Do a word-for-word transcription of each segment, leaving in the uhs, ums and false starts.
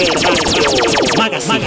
Magazine.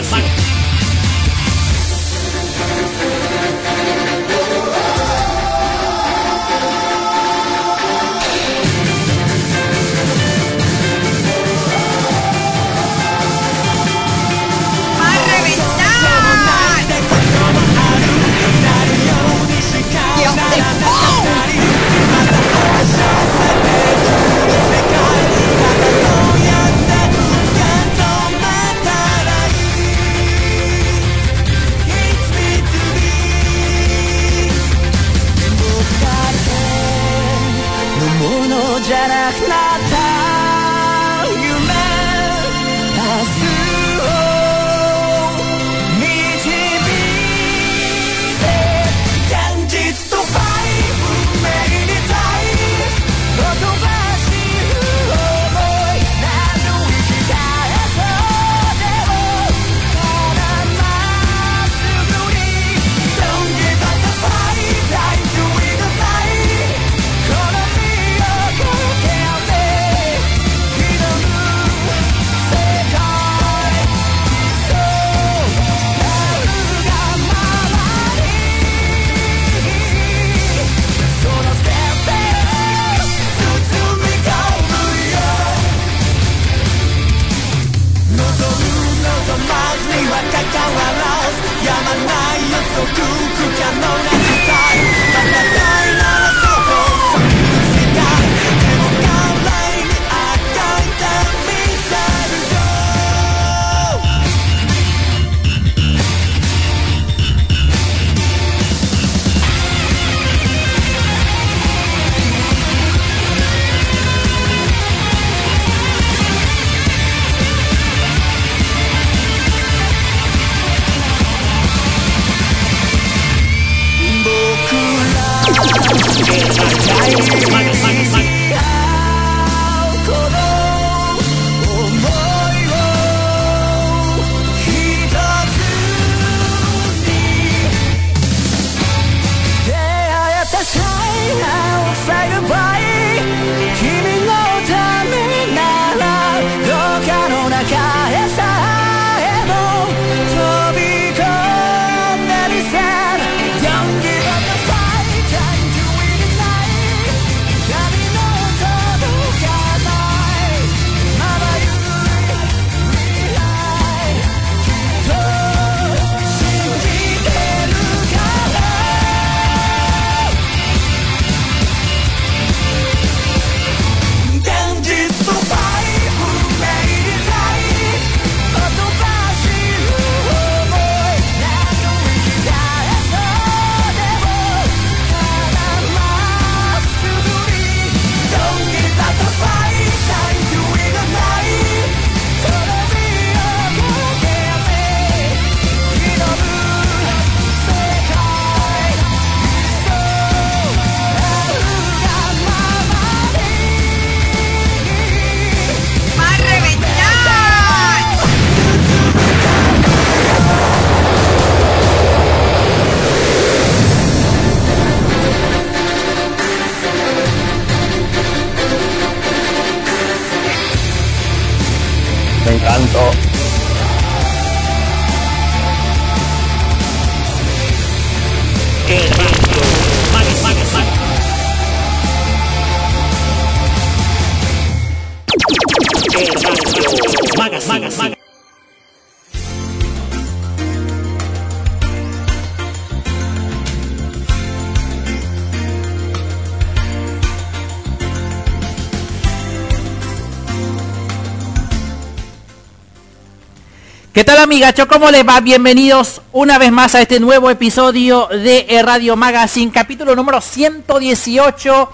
¿Qué tal, amigacho? ¿Cómo les va? Bienvenidos una vez más a este nuevo episodio de Radio Magazine, capítulo número ciento dieciocho,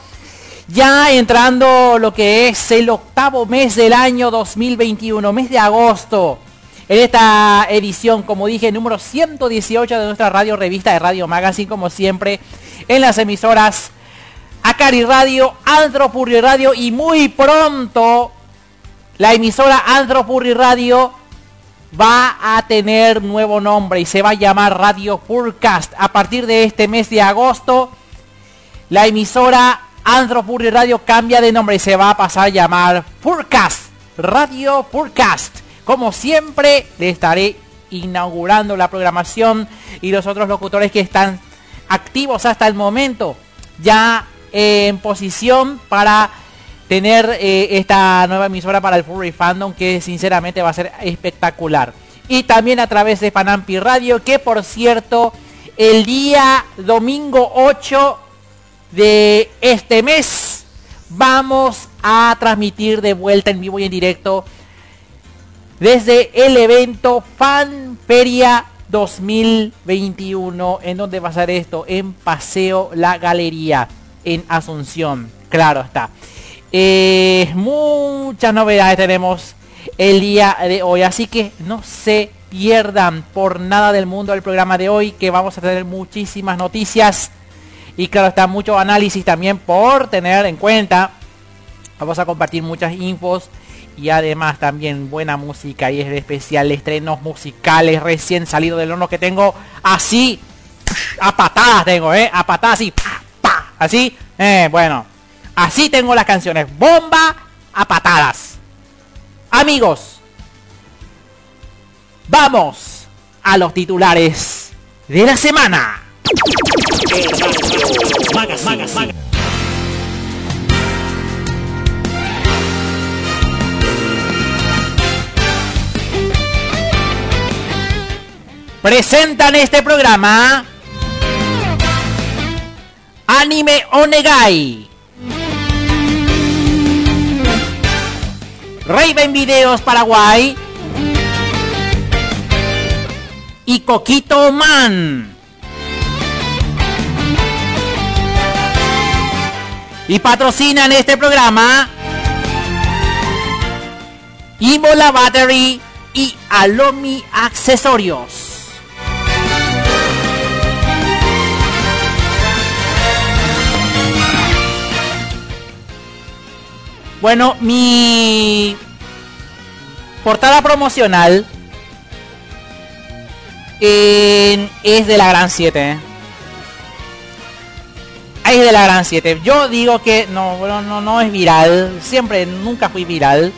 ya entrando lo que es el octavo mes del año dos mil veintiuno, mes de agosto. En esta edición, como dije, número ciento dieciocho de nuestra radio revista de Radio Magazine, como siempre, en las emisoras Akari Radio, Andropurri Radio y muy pronto la emisora Andropurri Radio va a tener nuevo nombre y se va a llamar Radio Purcast. A partir de este mes de agosto, la emisora Andropurri Radio cambia de nombre y se va a pasar a llamar Purcast, Radio Purcast. como siempre, le estaré inaugurando la programación y los otros locutores que están activos hasta el momento, ya eh, en posición para tener eh, esta nueva emisora para el Furry Fandom, que sinceramente va a ser espectacular. Y también a través de Panampi Radio, que por cierto, el día domingo ocho de este mes vamos a transmitir de vuelta en vivo y en directo desde el evento Fan Feria dos mil veintiuno. ¿En donde va a ser esto? En Paseo La Galería, en Asunción. Claro está. Eh, muchas novedades tenemos el día de hoy, así que no se pierdan por nada del mundo el programa de hoy, que vamos a tener muchísimas noticias y claro está, mucho análisis también por tener en cuenta. Vamos a compartir muchas infos y además también buena música, y es de especial estrenos musicales recién salido del horno que tengo así a patadas, tengo, eh, a patadas así, pa, pa, así, eh, bueno, así tengo las canciones, bomba a patadas. Amigos, vamos a los titulares de la semana. Presentan este programa Anime Onegai, Raven Videos Paraguay y Coquito Man. Y patrocinan este programa Imola Battery y Alomi Accesorios. Bueno, mi portada promocional eh, es de la Gran siete. ¿eh? Es de la Gran siete. Yo digo que no, bueno, no, no es viral. Siempre, nunca fui viral.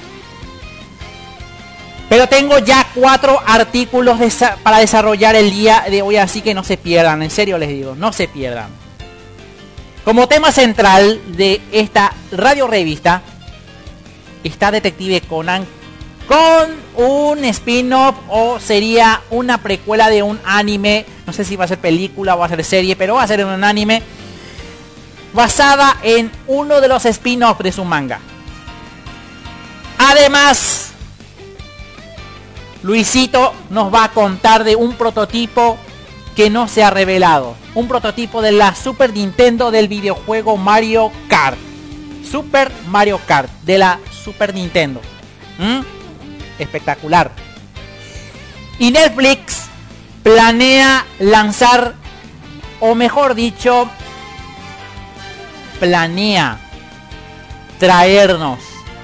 Pero tengo ya cuatro artículos de para desarrollar el día de hoy, así que no se pierdan. En serio les digo, no se pierdan. Como tema central de esta radio revista está Detective Conan, con un spin-off o sería una precuela de un anime. No sé si va a ser película o va a ser serie, pero va a ser un anime basada en uno de los spin-off de su manga. Además, Luisito nos va a contar de un prototipo que no se ha revelado. Un prototipo de la Super Nintendo del videojuego Mario Kart. Super Mario Kart de la Super Nintendo. ¿Mm? Espectacular. Y Netflix planea lanzar, o mejor dicho, planea traernos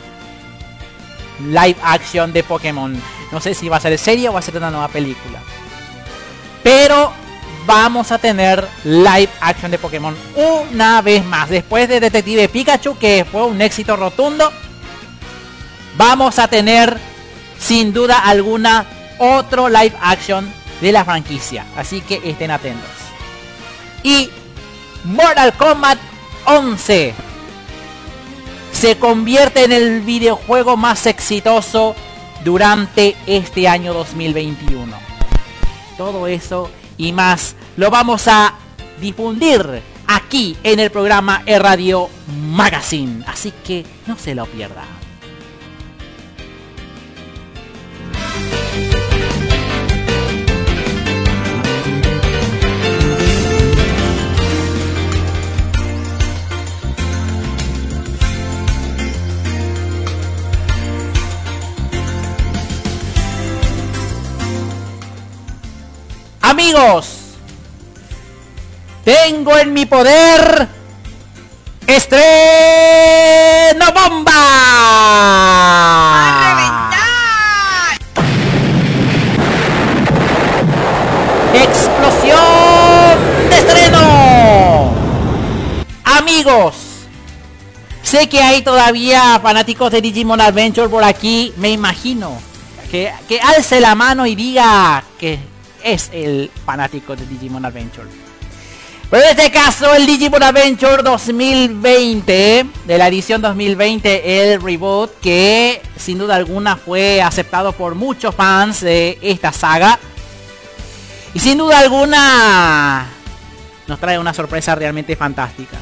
live action de Pokémon. No sé si va a ser serie o va a ser una nueva película, pero vamos a tener live action de Pokémon una vez más. Después de Detective Pikachu, que fue un éxito rotundo, vamos a tener sin duda alguna otro live action de la franquicia, así que estén atentos. Y Mortal Kombat once se convierte en el videojuego más exitoso durante este año dos mil veintiuno. Todo eso y más lo vamos a difundir aquí en el programa E-Radio Magazine, así que no se lo pierda. Amigos, tengo en mi poder estreno bomba. ¡A reventar! Explosión de estreno. Amigos, sé que hay todavía fanáticos de Digimon Adventure por aquí, me imagino. que, que alce la mano y diga que es el fanático de Digimon Adventure. Pero en este caso el Digimon Adventure dos mil veinte, de la edición dos mil veinte, el reboot, que sin duda alguna fue aceptado por muchos fans de esta saga. Y sin duda alguna nos trae una sorpresa realmente fantástica.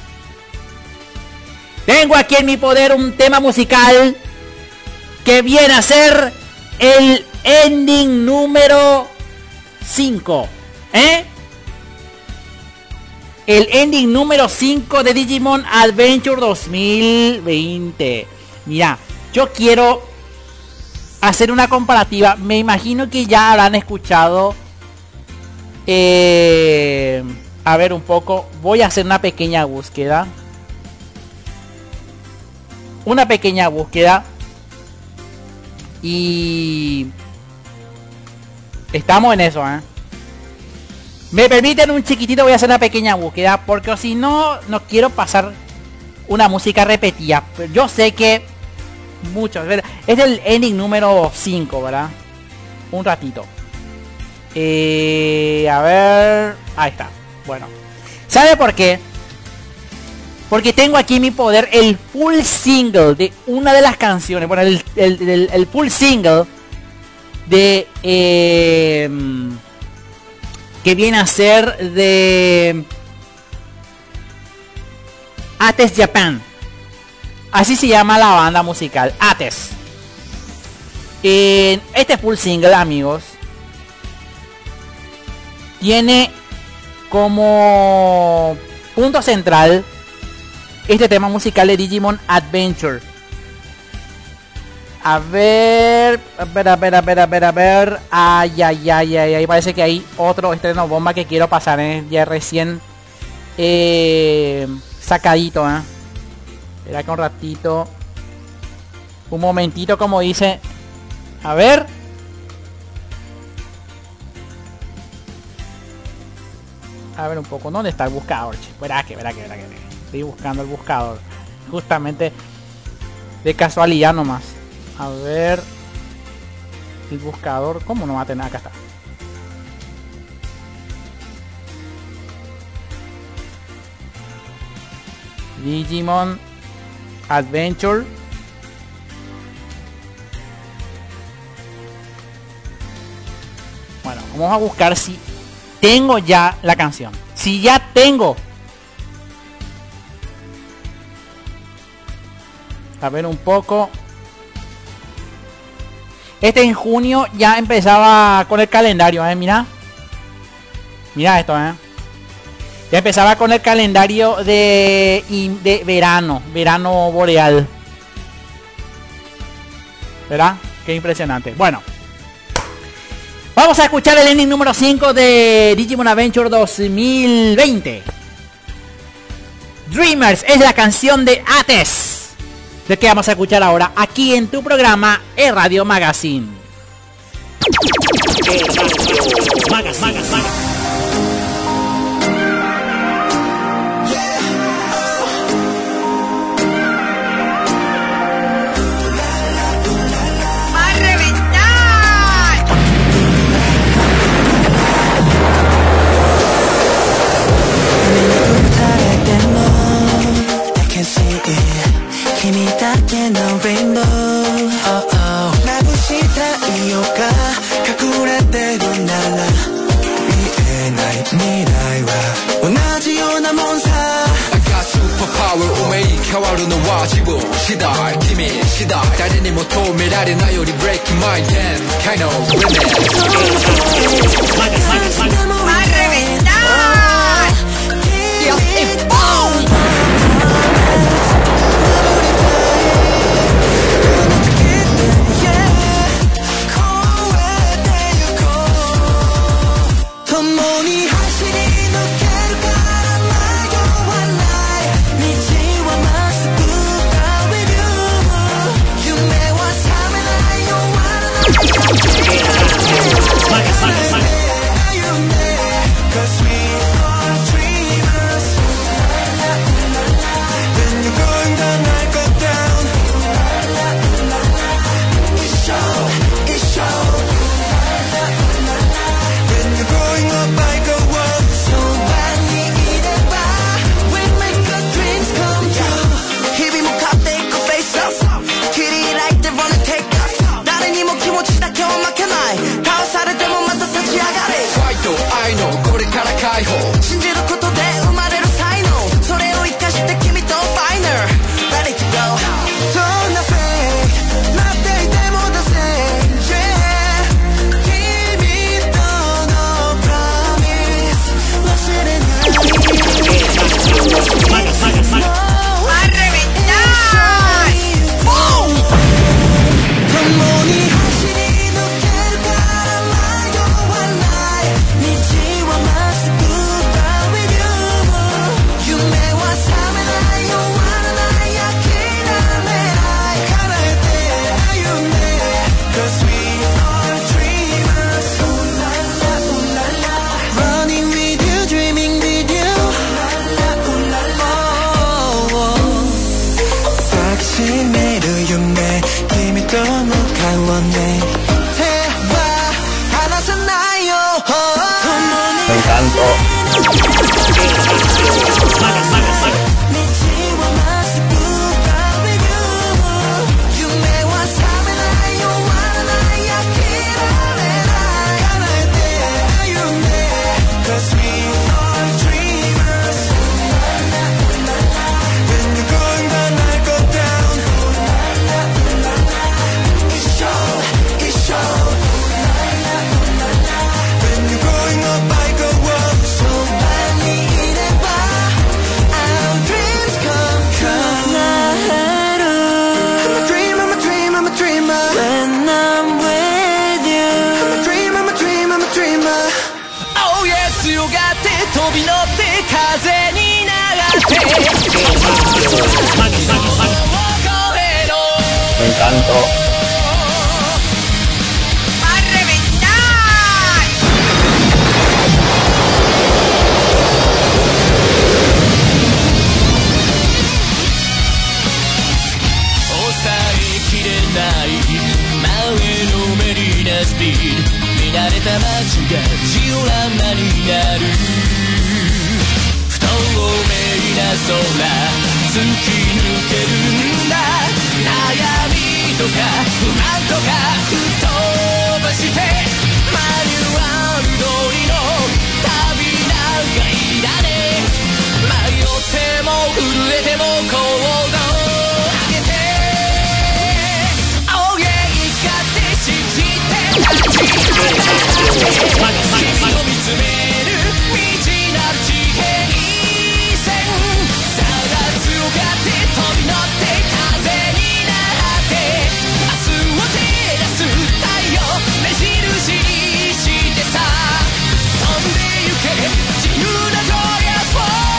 Tengo aquí en mi poder un tema musical que viene a ser el ending número cinco. ¿Eh? El ending número cinco de Digimon Adventure dos mil veinte. Mira, yo quiero hacer una comparativa. Me imagino que ya habrán escuchado. Eh, a ver un poco. Voy a hacer una pequeña búsqueda. Una pequeña búsqueda. Y estamos en eso, ¿eh? Me permiten un chiquitito, voy a hacer una pequeña búsqueda, porque si no, no quiero pasar una música repetida. Pero yo sé que muchos, es el ending número cinco, ¿verdad? Un ratito. Eh, a ver, ahí está. Bueno, ¿sabe por qué? Porque tengo aquí en mi poder el full single de una de las canciones. Bueno, el, el, el, el full single de... Eh, que viene a ser de Ates Japan. Así se llama la banda musical, Ates. En este full single, amigos, tiene como punto central este tema musical de Digimon Adventure. A ver, a ver, a ver, a ver, a ver, a ver. Ay, ay, ay, ay, ay. Parece que hay otro estreno bomba que quiero pasar, ¿eh? Ya recién eh, sacadito, ¿eh? Espera que un ratito. Un momentito, como dice. A ver. A ver un poco. ¿Dónde está el buscador? Verá que, verá que, verá que. Estoy buscando el buscador. Justamente de casualidad nomás. A ver. El buscador. ¿Cómo no va a tener? Acá está. Digimon Adventure. Bueno, vamos a buscar si tengo ya la canción. Si ya tengo. A ver un poco. Este en junio ya empezaba con el calendario, ¿eh? Mira. Mira esto, ¿eh? Ya empezaba con el calendario de, de verano. Verano boreal. ¿Verdad? Qué impresionante. Bueno. Vamos a escuchar el ending número cinco de Digimon Adventure dos mil veinte. Dreamers es la canción de Ates. De que vamos a escuchar ahora aquí en tu programa E-Radio Magazine. E-Radio Magazine. ¡Va a reventar! Rainbow, oh oh. 眩したいよか隠れてるなら見えない未来は同じようなもんさ。I got superpower おめに変わるのは自分次第君次第誰にも止められないより Breaking my game kind of women Va a reventar Dios es boom 気持ちだけは負けない倒されてもまた立ち上がれファイト愛のこれから解放信じることで生まれる才能それを生かして君とファイナル Ready to go どんなフェイク待っていても出せ Yeah 君とのプロミス忘れないあれみたい共に走り抜けるから迷わない道はまっすぐだ with you 夢は覚めない終わらない諦めない叶えて歩んで Cause we are dreamers Ooh la la ooh la la Running with you dreaming with you Ooh la la ooh la la oh, oh. 抱きしめる夢君と向かうね手は離さないよ共に走り道はまっすぐだ with you 夢は覚めない終わらない諦めない叶えて歩んで Cause we are dreamers When the going down I go down 一生一生 When you're going up I go up そばにいれば Our dreams come true 叶える I'm a dream I'm a dream I'm a dreamer When I'm with you I'm a dream I'm a dream I'm a dreamer Oh yeah 強がって飛び乗って風に流って Me encantó. ¡A reventar! Osai kirenai Maue no merina speed 見慣れた街がジオラマになる不透明な空突き抜けるんだ悩みとか不満とか吹っ飛ばしてマニュアル通りの旅なんかいらねえ迷っても震えても行動上げて Oh yeah 怒って信じて立ち上がって君を見つめる未知なる地平線さあ強がって飛び乗って風になって明日を照らす太陽目印にしてさ飛んでゆけ自由なトリアスフォー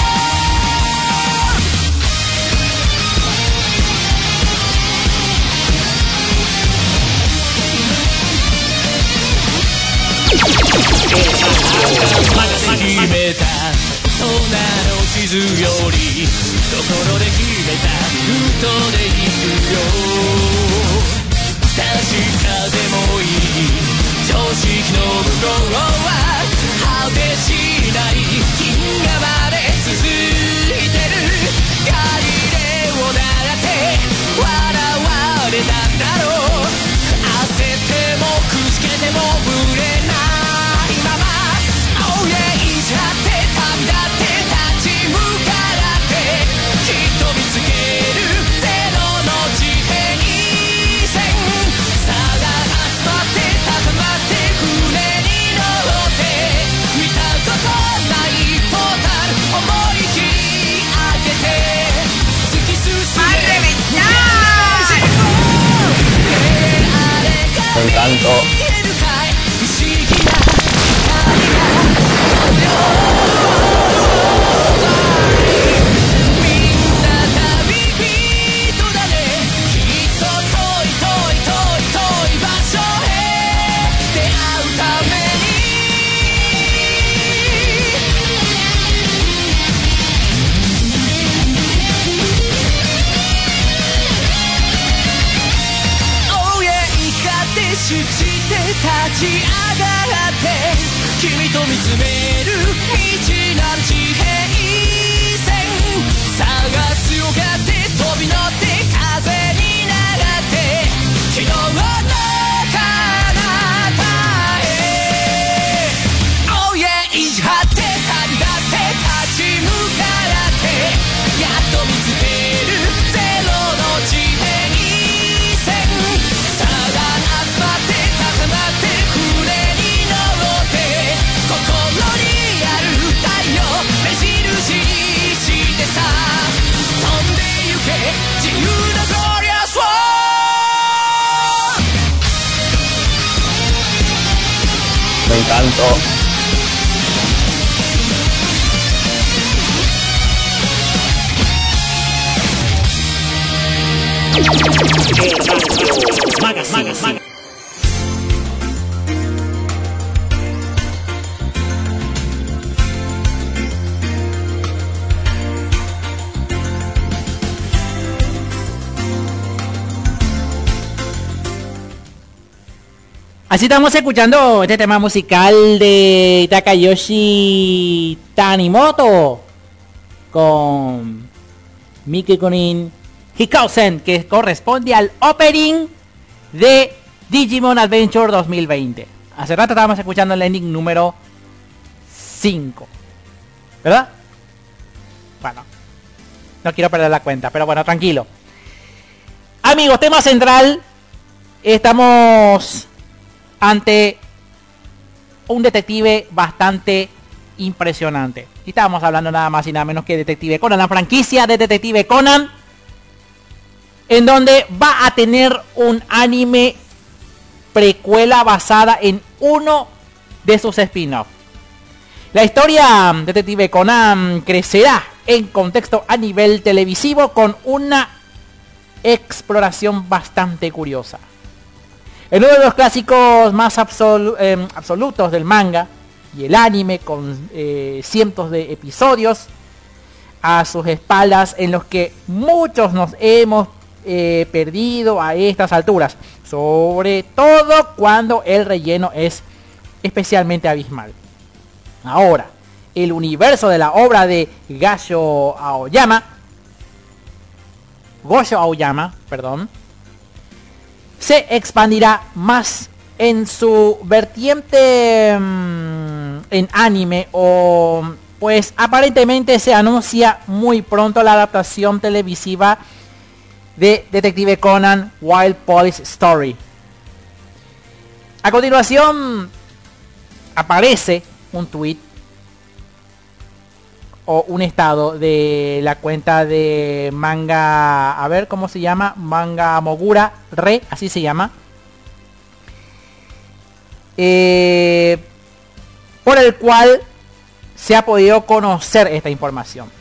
決めた大人の地図より心で決めたルートで行くよ確かでもいい常識の向こうは果てしない銀河まで続いてるガリレオだって笑われたんだろう焦ってもくじけてもぶれないまま Oh yeah いじゃって旅立って立ち向かってきっと見つけるゼロの地平線さあ集まって高まって船に乗って見たことないトータル思い切り上げて突き進め Me encantó. して立ち上がって君と見つめる未知なる地平線さあ強がって飛び乗って風に流って昨日の風 Me encantó. Magazine. Magazine. Así estamos escuchando este tema musical de Takayoshi Tanimoto con Miki Kunin Hikousen, que corresponde al opening de Digimon Adventure dos mil veinte. Hace rato estábamos escuchando el ending número cinco, ¿verdad? Bueno, no quiero perder la cuenta, pero bueno, tranquilo. Amigos, tema central. Estamos ante un detective bastante impresionante. Y estábamos hablando nada más y nada menos que Detective Conan, la franquicia de Detective Conan, en donde va a tener un anime precuela basada en uno de sus spin-offs. La historia de Detective Conan crecerá en contexto a nivel televisivo con una exploración bastante curiosa. En uno de los clásicos más absol eh, absolutos del manga y el anime, con eh, cientos de episodios a sus espaldas, en los que muchos nos hemos eh, perdido a estas alturas, sobre todo cuando el relleno es especialmente abismal. Ahora, el universo de la obra de Gasho Aoyama, Gosho Aoyama, perdón, se expandirá más en su vertiente mmm, en anime, o pues aparentemente se anuncia muy pronto la adaptación televisiva de Detective Conan Wild Police Story. A continuación aparece un tweet o un estado de la cuenta de manga, a ver cómo se llama, Manga Mogura Re, así se llama, eh, por el cual se ha podido conocer esta información.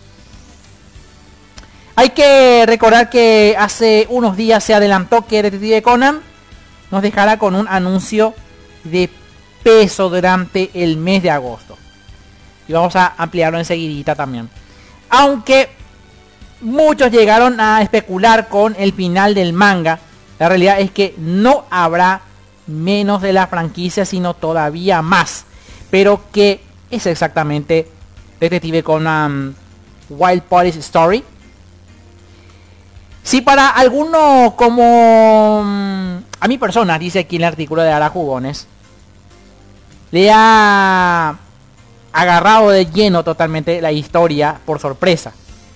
Hay que recordar que hace unos días se adelantó que Detective Conan nos dejará con un anuncio de peso durante el mes de agosto. Y vamos a ampliarlo enseguidita también. Aunque muchos llegaron a especular con el final del manga, la realidad es que no habrá menos de la franquicia, sino todavía más. Pero que es exactamente Detective Conan Wild Police Story. Si para alguno como a mi persona, dice aquí en el artículo de Ara Jugones, le ha agarrado de lleno totalmente la historia por sorpresa,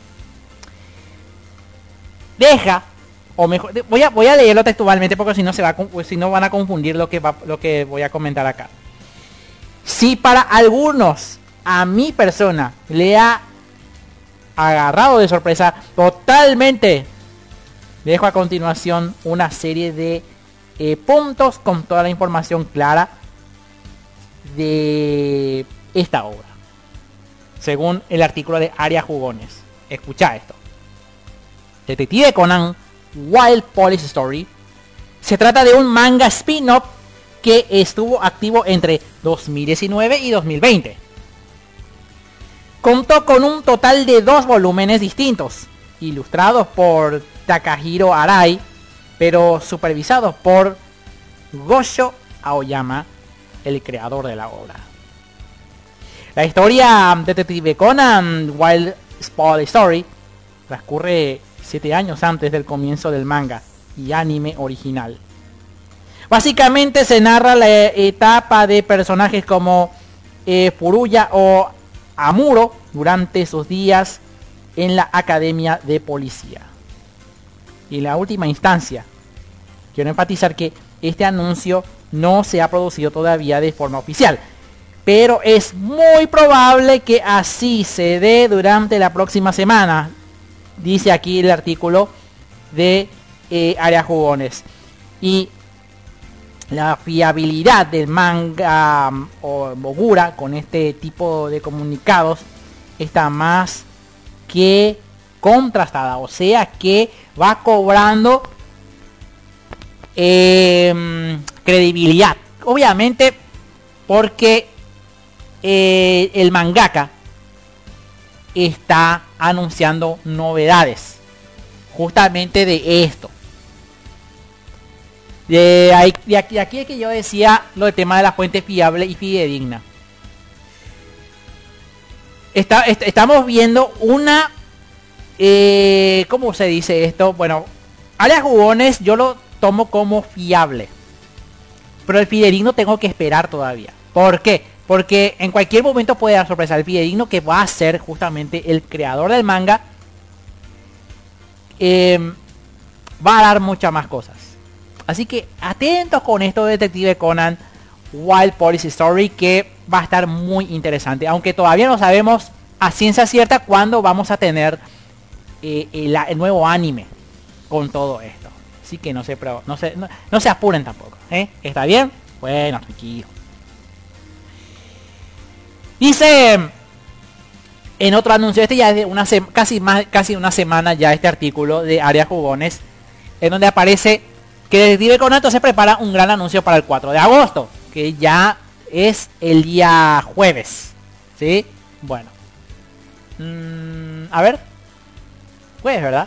deja, o mejor, voy a voy a leerlo textualmente porque si no se va, si no van a confundir lo que va, lo que voy a comentar acá. Si para algunos a mi persona le ha agarrado de sorpresa totalmente, dejo a continuación una serie de eh, puntos con toda la información clara de esta obra, según el artículo de Aria Jugones. Escucha esto. Detective Conan Wild Police Story se trata de un manga spin-off que estuvo activo entre dos mil diecinueve y dos mil veinte. Contó con un total de dos volúmenes distintos, ilustrados por Takahiro Arai, pero supervisados por Gosho Aoyama, el creador de la obra. La historia de Detective Conan Wild Police Story transcurre siete años antes del comienzo del manga y anime original. Básicamente se narra la etapa de personajes como eh, Furuya o Amuro durante sus días en la academia de policía. Y en la última instancia, quiero enfatizar que este anuncio no se ha producido todavía de forma oficial, pero es muy probable que así se dé durante la próxima semana, dice aquí el artículo de eh, Aria Jugones. Y la fiabilidad del manga um, o Mogura con este tipo de comunicados está más que contrastada, o sea que va cobrando eh, credibilidad, obviamente porque eh, el mangaka está anunciando novedades justamente de esto. De, ahí, de, aquí, de aquí es que yo decía lo del tema de la fuente fiable y fidedigna. Está, est estamos viendo una eh, ¿cómo se dice esto? Bueno, Alias Jugones yo lo tomo como fiable, pero el fidedigno tengo que esperar todavía. ¿Por qué? Porque en cualquier momento puede dar sorpresa. El fidedigno, que va a ser justamente el creador del manga, eh, va a dar muchas más cosas. Así que atentos con esto de Detective Conan Wild Police Story, que va a estar muy interesante. Aunque todavía no sabemos a ciencia cierta cuándo vamos a tener eh, el, el nuevo anime con todo esto. Así que no se, no se, no, no se apuren tampoco, ¿eh? ¿Está bien? Bueno, tranquilo. Dice en otro anuncio, este ya es de una casi más casi una semana ya, este artículo de Alias Jugones, en donde aparece que Detective Conan se prepara un gran anuncio para el cuatro de agosto, que ya es el día jueves, ¿sí? Bueno, mm, a ver, jueves, ¿verdad?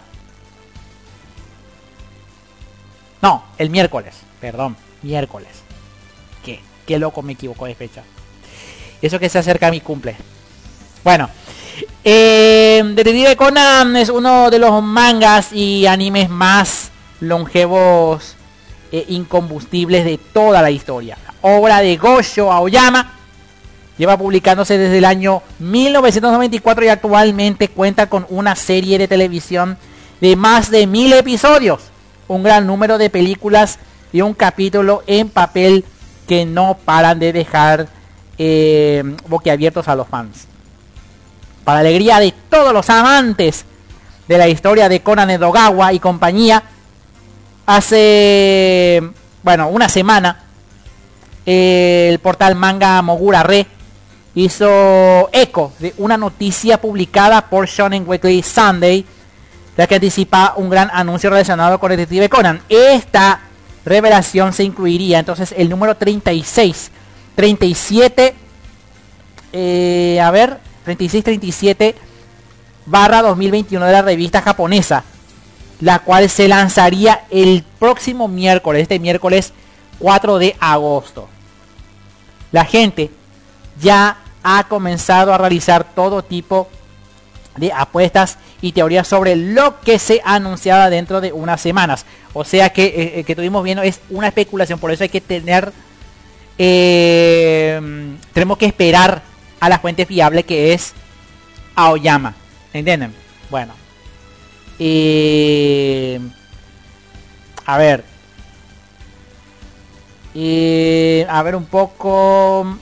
No, el miércoles, perdón, miércoles. ¿Qué? Qué loco, me equivoco de fecha. Eso que se acerca a mi cumple. Bueno, eh, Detective Conan es uno de los mangas y animes más longevos e incombustibles de toda la historia. La obra de Gosho Aoyama lleva publicándose desde el año mil novecientos noventa y cuatro y actualmente cuenta con una serie de televisión de más de mil episodios, un gran número de películas y un capítulo en papel que no paran de dejar eh, boquiabiertos a los fans. Para alegría de todos los amantes de la historia de Conan Edogawa y compañía, hace, bueno, una semana, eh, el portal Manga Mogura Re hizo eco de una noticia publicada por Shonen Weekly Sunday, la que anticipa un gran anuncio relacionado con Detective Conan. Esta revelación se incluiría entonces el número treinta y seis, treinta y siete, eh, a ver, treinta y seis treinta y siete barra dos mil veintiuno de la revista japonesa, la cual se lanzaría el próximo miércoles, este miércoles cuatro de agosto. La gente ya ha comenzado a realizar todo tipo de apuestas y teorías sobre lo que se anunciaba dentro de unas semanas. O sea que eh, que estuvimos viendo es una especulación, por eso hay que tener eh, tenemos que esperar a la fuente fiable, que es Aoyama, ¿entienden? Bueno, eh, a ver eh, a ver un poco.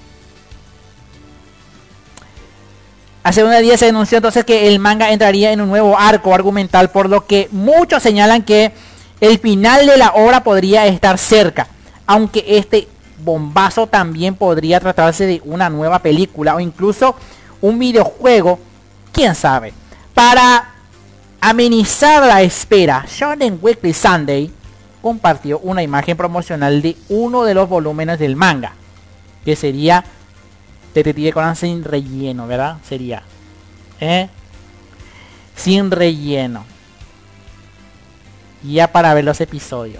Hace unos días se denunció entonces que el manga entraría en un nuevo arco argumental, por lo que muchos señalan que el final de la obra podría estar cerca, aunque este bombazo también podría tratarse de una nueva película o incluso un videojuego, quién sabe. Para amenizar la espera, Shonen Weekly Sunday compartió una imagen promocional de uno de los volúmenes del manga, que sería Detective Conan sin relleno, ¿verdad? Sería ¿eh? sin relleno, ya para ver los episodios.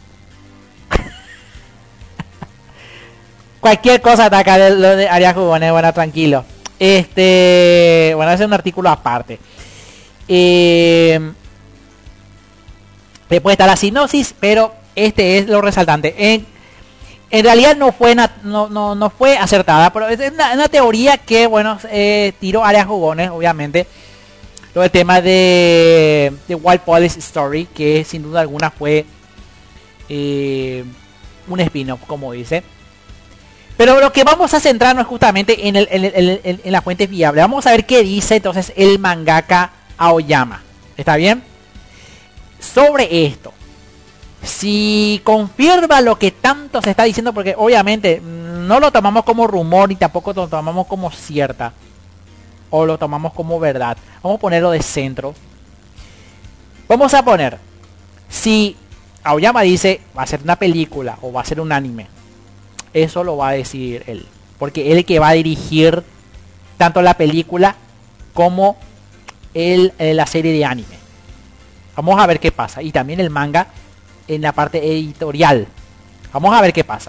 Cualquier cosa ataca de lo de Alias Jugones, bueno, tranquilo. Este, bueno, ese es un artículo aparte. Eh, después está la sinopsis, pero este es lo resaltante. En, en realidad no fue na, no, no, no fue acertada, pero es una, una teoría que, bueno, eh, tiró Alias Jugones, obviamente. Lo del tema de, de Wild Police Story, que sin duda alguna fue eh, un spin-off, como dice. Pero lo que vamos a centrarnos es justamente en, el, en, el, en, el, en la fuente fiable. Vamos a ver qué dice entonces el mangaka Aoyama. ¿Está bien? Sobre esto. si confirma lo que tanto se está diciendo, porque obviamente no lo tomamos como rumor y tampoco lo tomamos como cierta, o lo tomamos como verdad. Vamos a ponerlo de centro. Vamos a poner, si Aoyama dice va a ser una película o va a ser un anime, eso lo va a decir él, porque él es el que va a dirigir tanto la película como el, la serie de anime. Vamos a ver qué pasa. Y también el manga en la parte editorial. Vamos a ver qué pasa.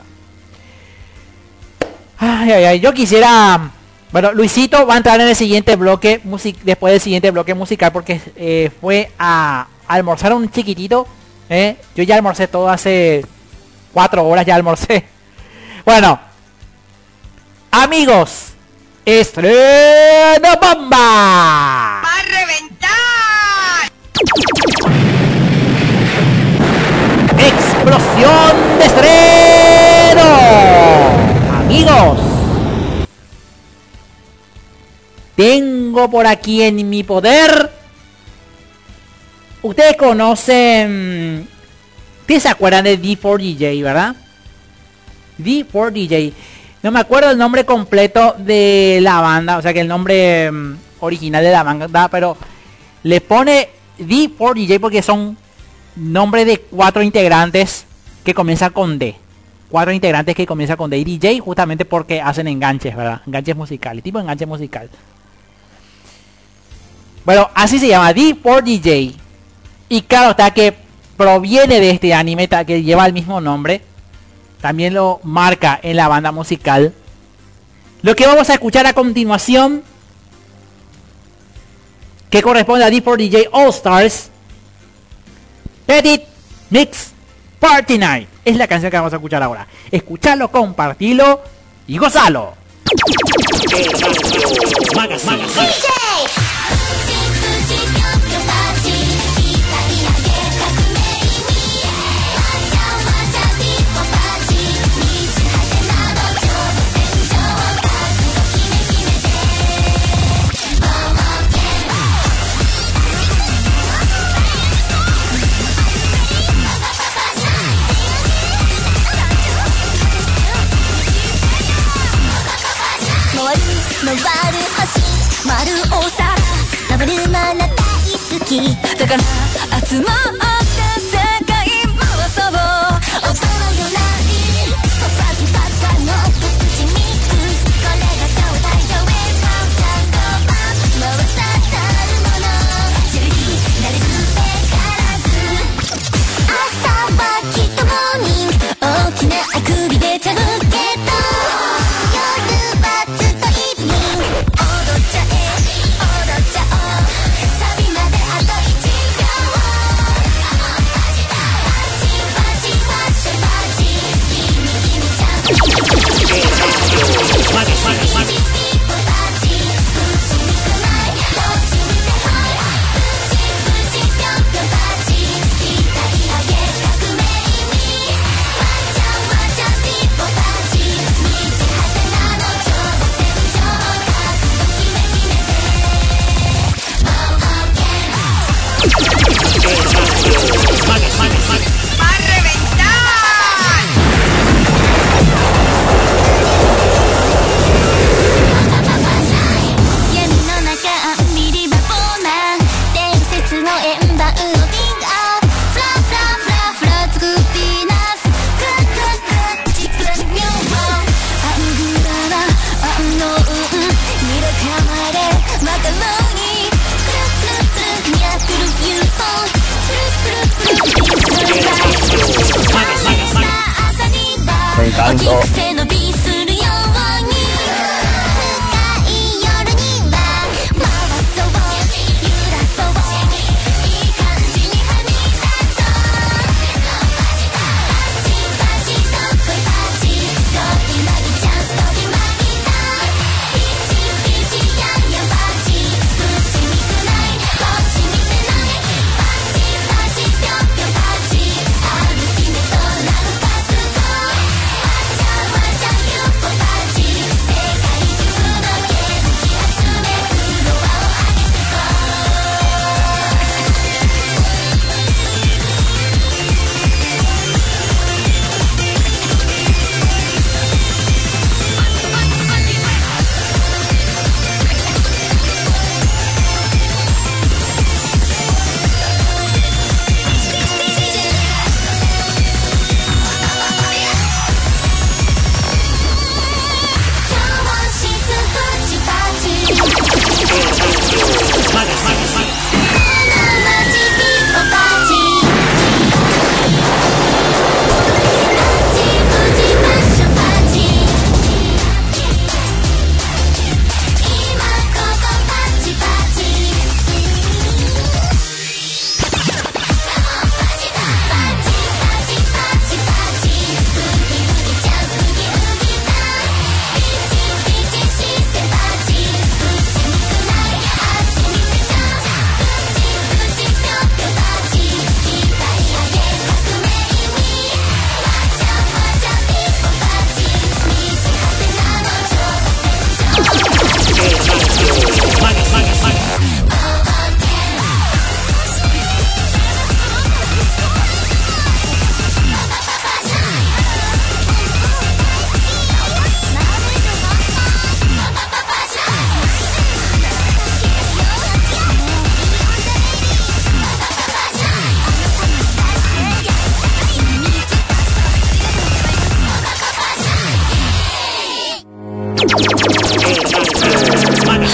Ay, ay, ay. Yo quisiera... Bueno, Luisito va a entrar en el siguiente bloque, music después del siguiente bloque musical, porque eh, fue a, a almorzar un chiquitito. ¿eh? Yo ya almorcé todo hace cuatro horas, ya almorcé. Bueno, amigos, estreno bomba. ¡Va a reventar! Explosión de estreno. Amigos, tengo por aquí en mi poder. Ustedes conocen... ¿Ustedes se acuerdan de D cuatro D J, verdad? D cuatro D J. No me acuerdo el nombre completo de la banda. O sea que el nombre um, original de la banda. Pero le pone D cuatro D J porque son nombres de cuatro integrantes que comienzan con D. Cuatro integrantes que comienzan con D. Y D J justamente porque hacen enganches, ¿verdad? Enganches musicales. Tipo enganche musical. Bueno, así se llama. D cuatro D J. Y claro está que proviene de este anime que lleva el mismo nombre. También lo marca en la banda musical. Lo que vamos a escuchar a continuación, que corresponde a D cuatro D J All Stars, Petit Mix Party Night, es la canción que vamos a escuchar ahora. Escuchalo, compartilo y gozalo.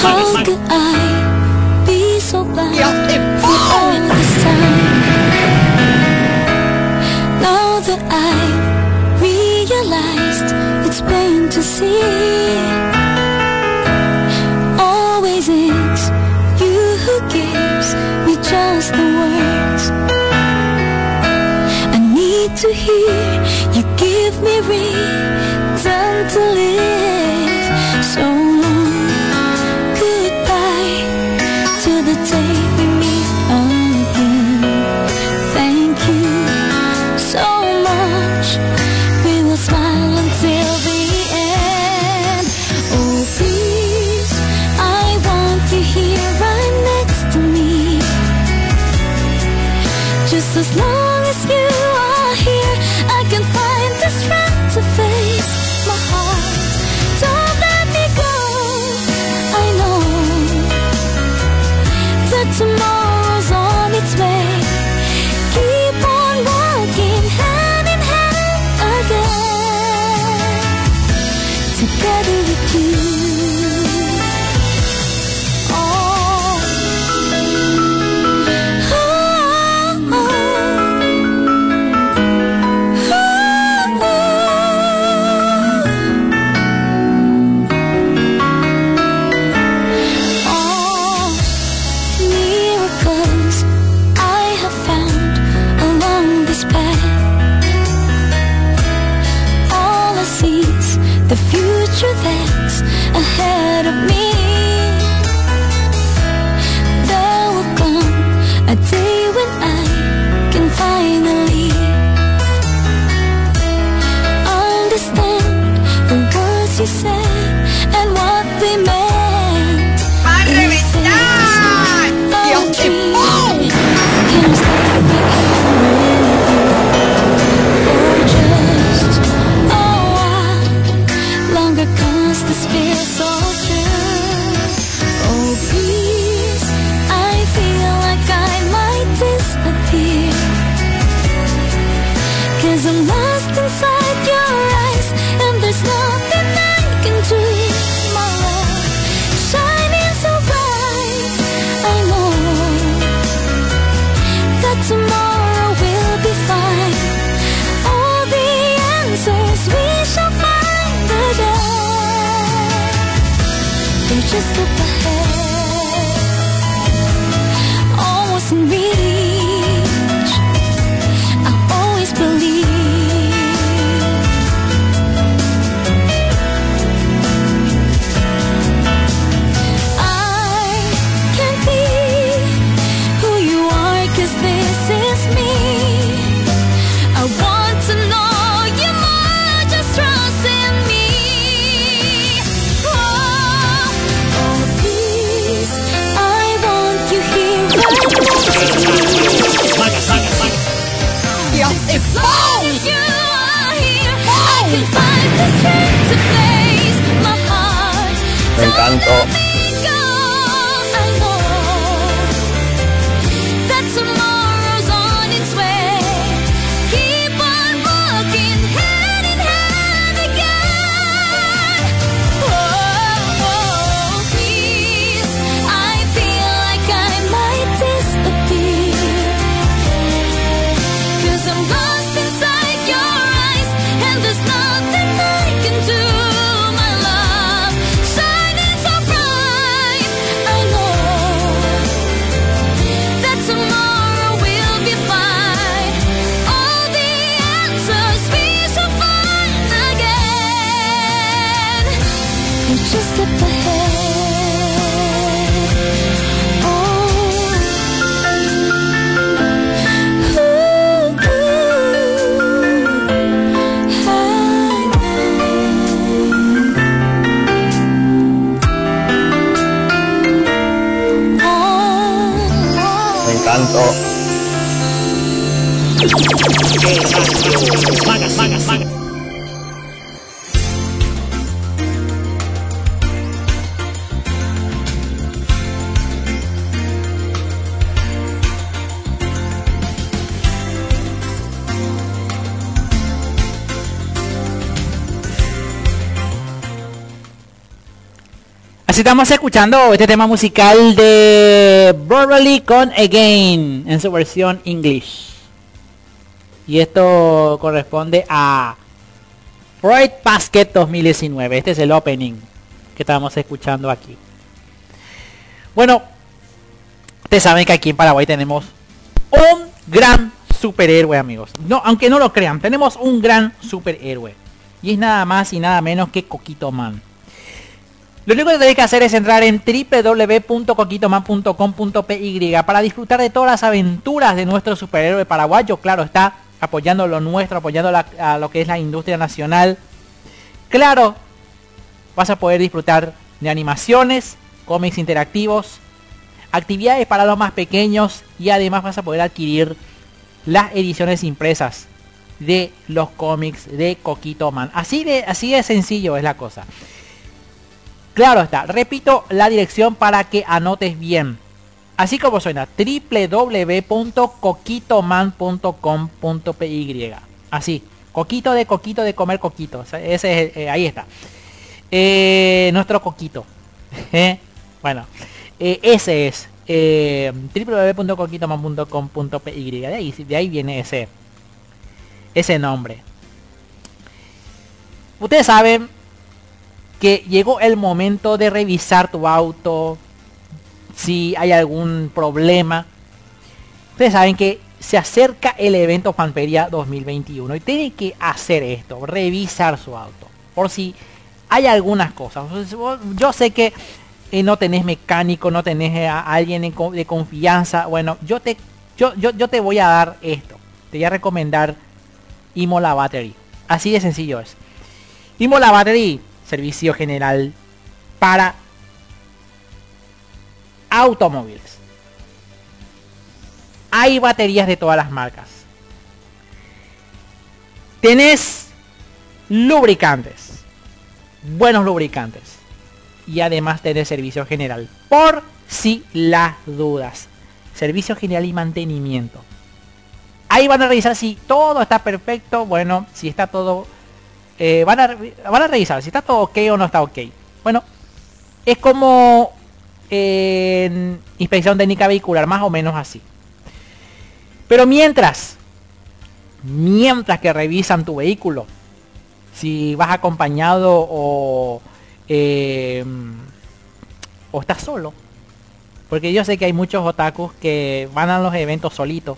How could I be so blind for all this time? Now that I realized, it's plain to see. Always it's you who gives me just the words I need to hear. You give me reason to live so long. Goodbye to the day we meet again. Thank you so much. We will smile until the end. Oh please, I want you here right next to me. Just as long as you are here, I can find the strength to face my heart. Don't let me go. I know that tomorrow's on its way. Keep on walking hand in hand again, together with you. The future that's ahead of me. There will come a day when I can finally understand the words you said and what they meant. ¡Va a reventar! ¡Dios te ponga! Can I stay with you for just a while longer? 'Cause this feels so true. Oh please, I feel like I might disappear. 'Cause I'm lost inside your eyes, and there's nothing I can do. My love, shining so bright, I know that tomorrow will be fine. All the answers we shall find again. They're just up ahead, almost in reach. I'll always believe. I can be who you are, 'cause this is me. I want to know you more, just trust in me. Oh, oh please, I want you here right next to me. ¡Dios te As long as you are here, I can find the strength to face my heart. Me Don't encanto. let me go. I know that tomorrow's on its way. Keep on walking hand in hand again. Oh, oh, please, I feel like I might disappear. 'Cause I'm lost inside your eyes, and there's nothing I can do. My love, shining so bright, I know that tomorrow will be fine. All the answers we shall find again. They're just up ahead. Oh. Ooh, Me encanto. Así estamos escuchando este tema musical de Burberry con Again en su versión English. Y esto corresponde a Fruit Basket dos mil diecinueve. Este es el opening que estamos escuchando aquí. Bueno, ustedes saben que aquí en Paraguay tenemos un gran superhéroe, amigos. No, aunque no lo crean, tenemos un gran superhéroe. Y es nada más y nada menos que Coquito Man. Lo único que tenéis que hacer es entrar en doble u doble u doble u punto coquito man punto com punto p y para disfrutar de todas las aventuras de nuestro superhéroe paraguayo. Claro, está apoyando lo nuestro, apoyando la, a lo que es la industria nacional. Claro, vas a poder disfrutar de animaciones, cómics interactivos, actividades para los más pequeños y además vas a poder adquirir las ediciones impresas de los cómics de Coquito Man. Así de, así de sencillo es la cosa. Claro está, repito la dirección para que anotes bien. Así como suena, doble u doble u doble u punto coquito man punto com punto p y. Así, coquito de coquito de comer coquito. Ese es, eh, ahí está. Eh, nuestro coquito. Eh, bueno, eh, ese es eh, doble u doble u doble u punto coquito man punto com punto p y. De ahí, de ahí viene ese, ese nombre. Ustedes saben que llegó el momento de revisar tu auto, si hay algún problema. Ustedes saben que se acerca el evento Fanferia dos mil veintiuno y tienen que hacer esto, revisar su auto, por si hay algunas cosas. Yo sé que eh, no tenés mecánico, no tenés a alguien de confianza. Bueno, yo te, yo, yo, yo te voy a dar esto. Te voy a recomendar Imola Battery. Así de sencillo es. Imola Battery, servicio general para automóviles. Hay baterías de todas las marcas. Tenés lubricantes, buenos lubricantes, y además tenés servicio general por si las dudas. Servicio general y mantenimiento. Ahí van a revisar si todo está perfecto. Bueno, si está todo eh, van, a, van a revisar si está todo ok o no está ok. Bueno, es como en inspección técnica vehicular, más o menos así. Pero mientras mientras que revisan tu vehículo, si vas acompañado o eh, o estás solo, porque yo sé que hay muchos otakus que van a los eventos solitos,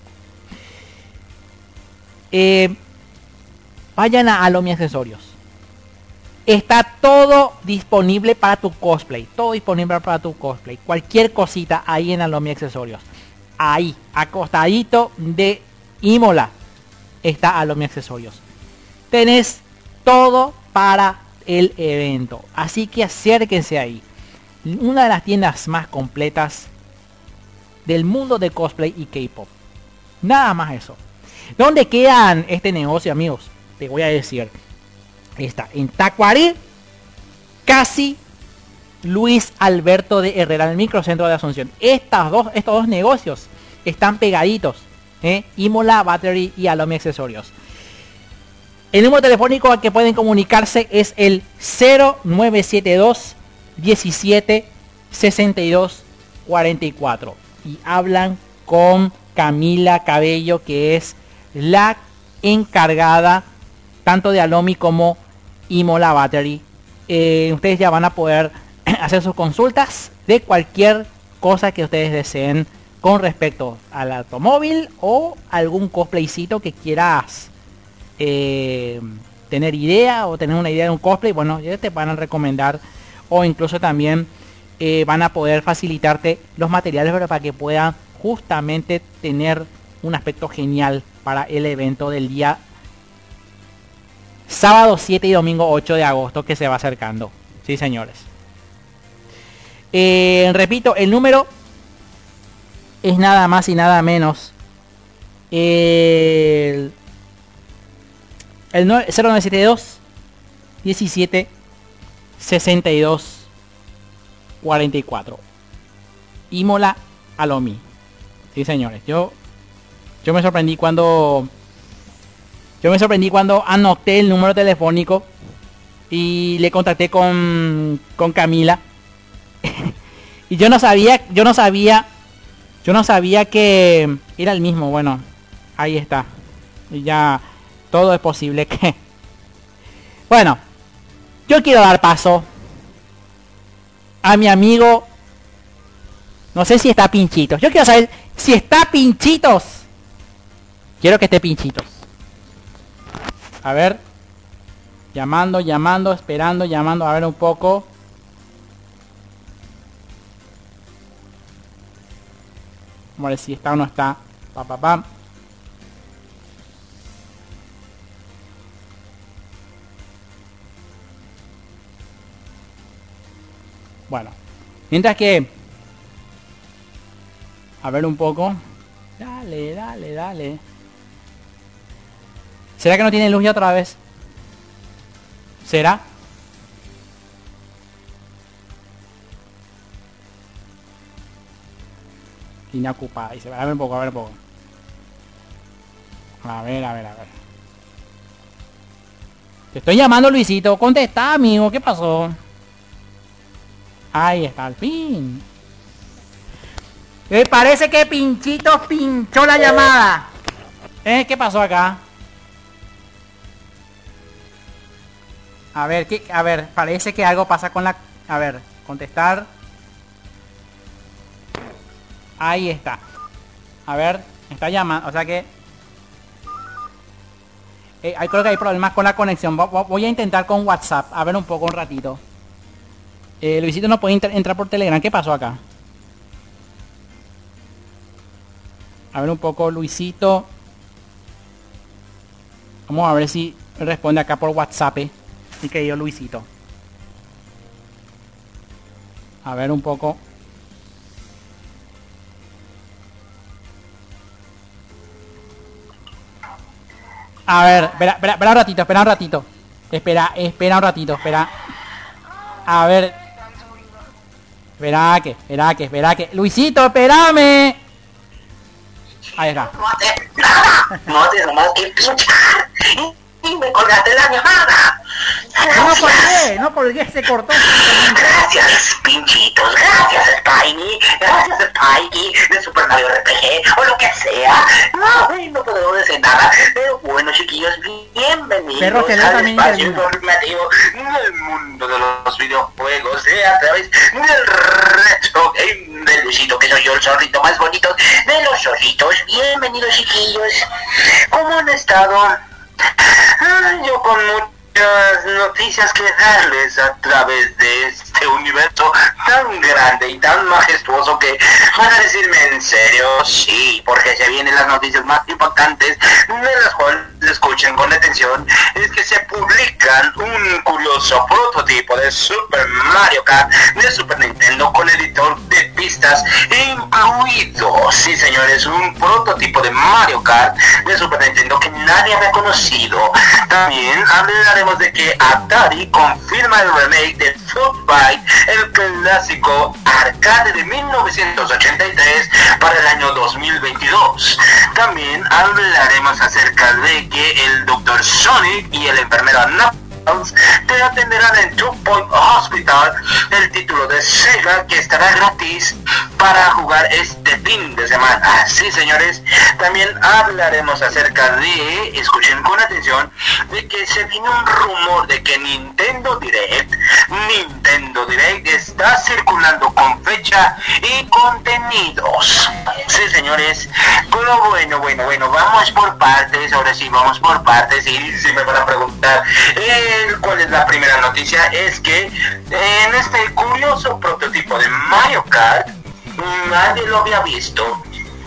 eh, vayan a Alomi Accesorios. Está todo disponible para tu cosplay. Todo disponible para tu cosplay. Cualquier cosita ahí en Alomi Accesorios. Ahí, acostadito de Imola, está Alomi Accesorios. Tenés todo para el evento. Así que acérquense ahí. Una de las tiendas más completas del mundo de cosplay y K-pop. Nada más eso. ¿Dónde quedan este negocio, amigos? Te voy a decir. Está en Tacuarí, casi Luis Alberto de Herrera, en el microcentro de Asunción. Estas dos, estos dos negocios están pegaditos, ¿eh? Imola Battery y Alomi Accesorios. El número telefónico al que pueden comunicarse es el cero nueve siete dos diecisiete sesenta y dos cuarenta y cuatro y hablan con Camila Cabello, que es la encargada tanto de Alomi como Imola Battery. Eh, ustedes ya van a poder hacer sus consultas de cualquier cosa que ustedes deseen con respecto al automóvil o algún cosplaycito que quieras eh, tener idea o tener una idea de un cosplay. Bueno, ya te van a recomendar, o incluso también eh, van a poder facilitarte los materiales para que puedan justamente tener un aspecto genial para el evento del día sábado siete y domingo ocho de agosto que se va acercando. Sí, señores. Eh, repito, el número es nada más y nada menos el, el cero nueve siete dos diecisiete sesenta y dos cuarenta y cuatro. Imola Alomi. Sí, señores. Yo yo me sorprendí cuando Yo me sorprendí cuando anoté el número telefónico y le contacté con, con Camila. Y yo no sabía, yo no sabía, yo no sabía que era el mismo. Bueno, ahí está. Y ya todo es posible que... Bueno, yo quiero dar paso a mi amigo. No sé si está Pinchitos. Yo quiero saber si está Pinchitos. Quiero que esté Pinchitos. A ver. Llamando, llamando, esperando, llamando. A ver un poco. Vamos a ver si está o no está. Pa, pa, pa. Bueno. Mientras que... A ver un poco. Dale, dale, dale. ¿Será que no tiene luz ya otra vez? ¿Será? Línea ocupada. Dice, a ver un poco, a ver un poco. A ver, a ver, a ver. Te estoy llamando, Luisito. Contesta, amigo. ¿Qué pasó? Ahí está, al fin. Me parece que Pinchitos pinchó la llamada. ¿Eh? ¿Qué pasó acá? A ver, ¿qué? A ver, parece que algo pasa con la... A ver, contestar. Ahí está. A ver, está llamando, o sea que... Eh, creo que hay problemas con la conexión. Voy a intentar con WhatsApp. A ver un poco, un ratito. Eh, Luisito no puede entrar por Telegram. ¿Qué pasó acá? A ver un poco, Luisito. Vamos a ver si responde acá por WhatsApp. Eh. Mi querido Luisito. A ver un poco. A ver, espera, espera, espera un ratito, espera un ratito. Espera, espera un ratito, espera. A ver. Espera que, espera que, espera que. Luisito, espérame. Ahí está. No haces nada, no haces más que pinchar y me colgaste la llamada. No colgué, no colgué, se cortó. Gracias, Pinchitos, gracias, Spiny, gracias, Spikey de Super Mario R P G o lo que sea. Ay, no podemos decir nada, pero bueno, chiquillos, bienvenidos Pero que al también espacio intervino. informativo del mundo de los videojuegos, eh, a través del retro game de Luisito, que soy yo el zorrito más bonito de los zorritos. Bienvenidos, chiquillos. ¿Cómo han estado? Ah, yo con muchas noticias que darles a través de este universo tan grande y tan majestuoso que van a decirme en serio, sí, porque se vienen las noticias más impactantes, de las cuales escuchen con atención. Es que se publican un curioso prototipo de Super Mario Kart de Super Nintendo con editor de pistas incluido. Sí, señores, un prototipo de Mario Kart de Super Nintendo que nadie había conocido. También hablaremos de que Atari confirma el remake de Foot Fight, el clásico arcade de mil novecientos ochenta y tres para el año dos mil veintidós. También hablaremos acerca de que el doctor Sonic y el enfermero Knuckles te atenderán en Two Point Hospital, el título de Sega que estará gratis para jugar este fin de semana. Sí, señores, también hablaremos acerca de, escuchen con atención, de que se vino un rumor de que Nintendo Direct, Nintendo Direct está circulando con fecha y contenidos. Sí, señores, pero bueno, bueno, bueno, vamos por partes, ahora sí, vamos por partes, y si me van a preguntar eh, cuál es la primera noticia, es que en este curioso prototipo de Mario Kart, nadie lo había visto.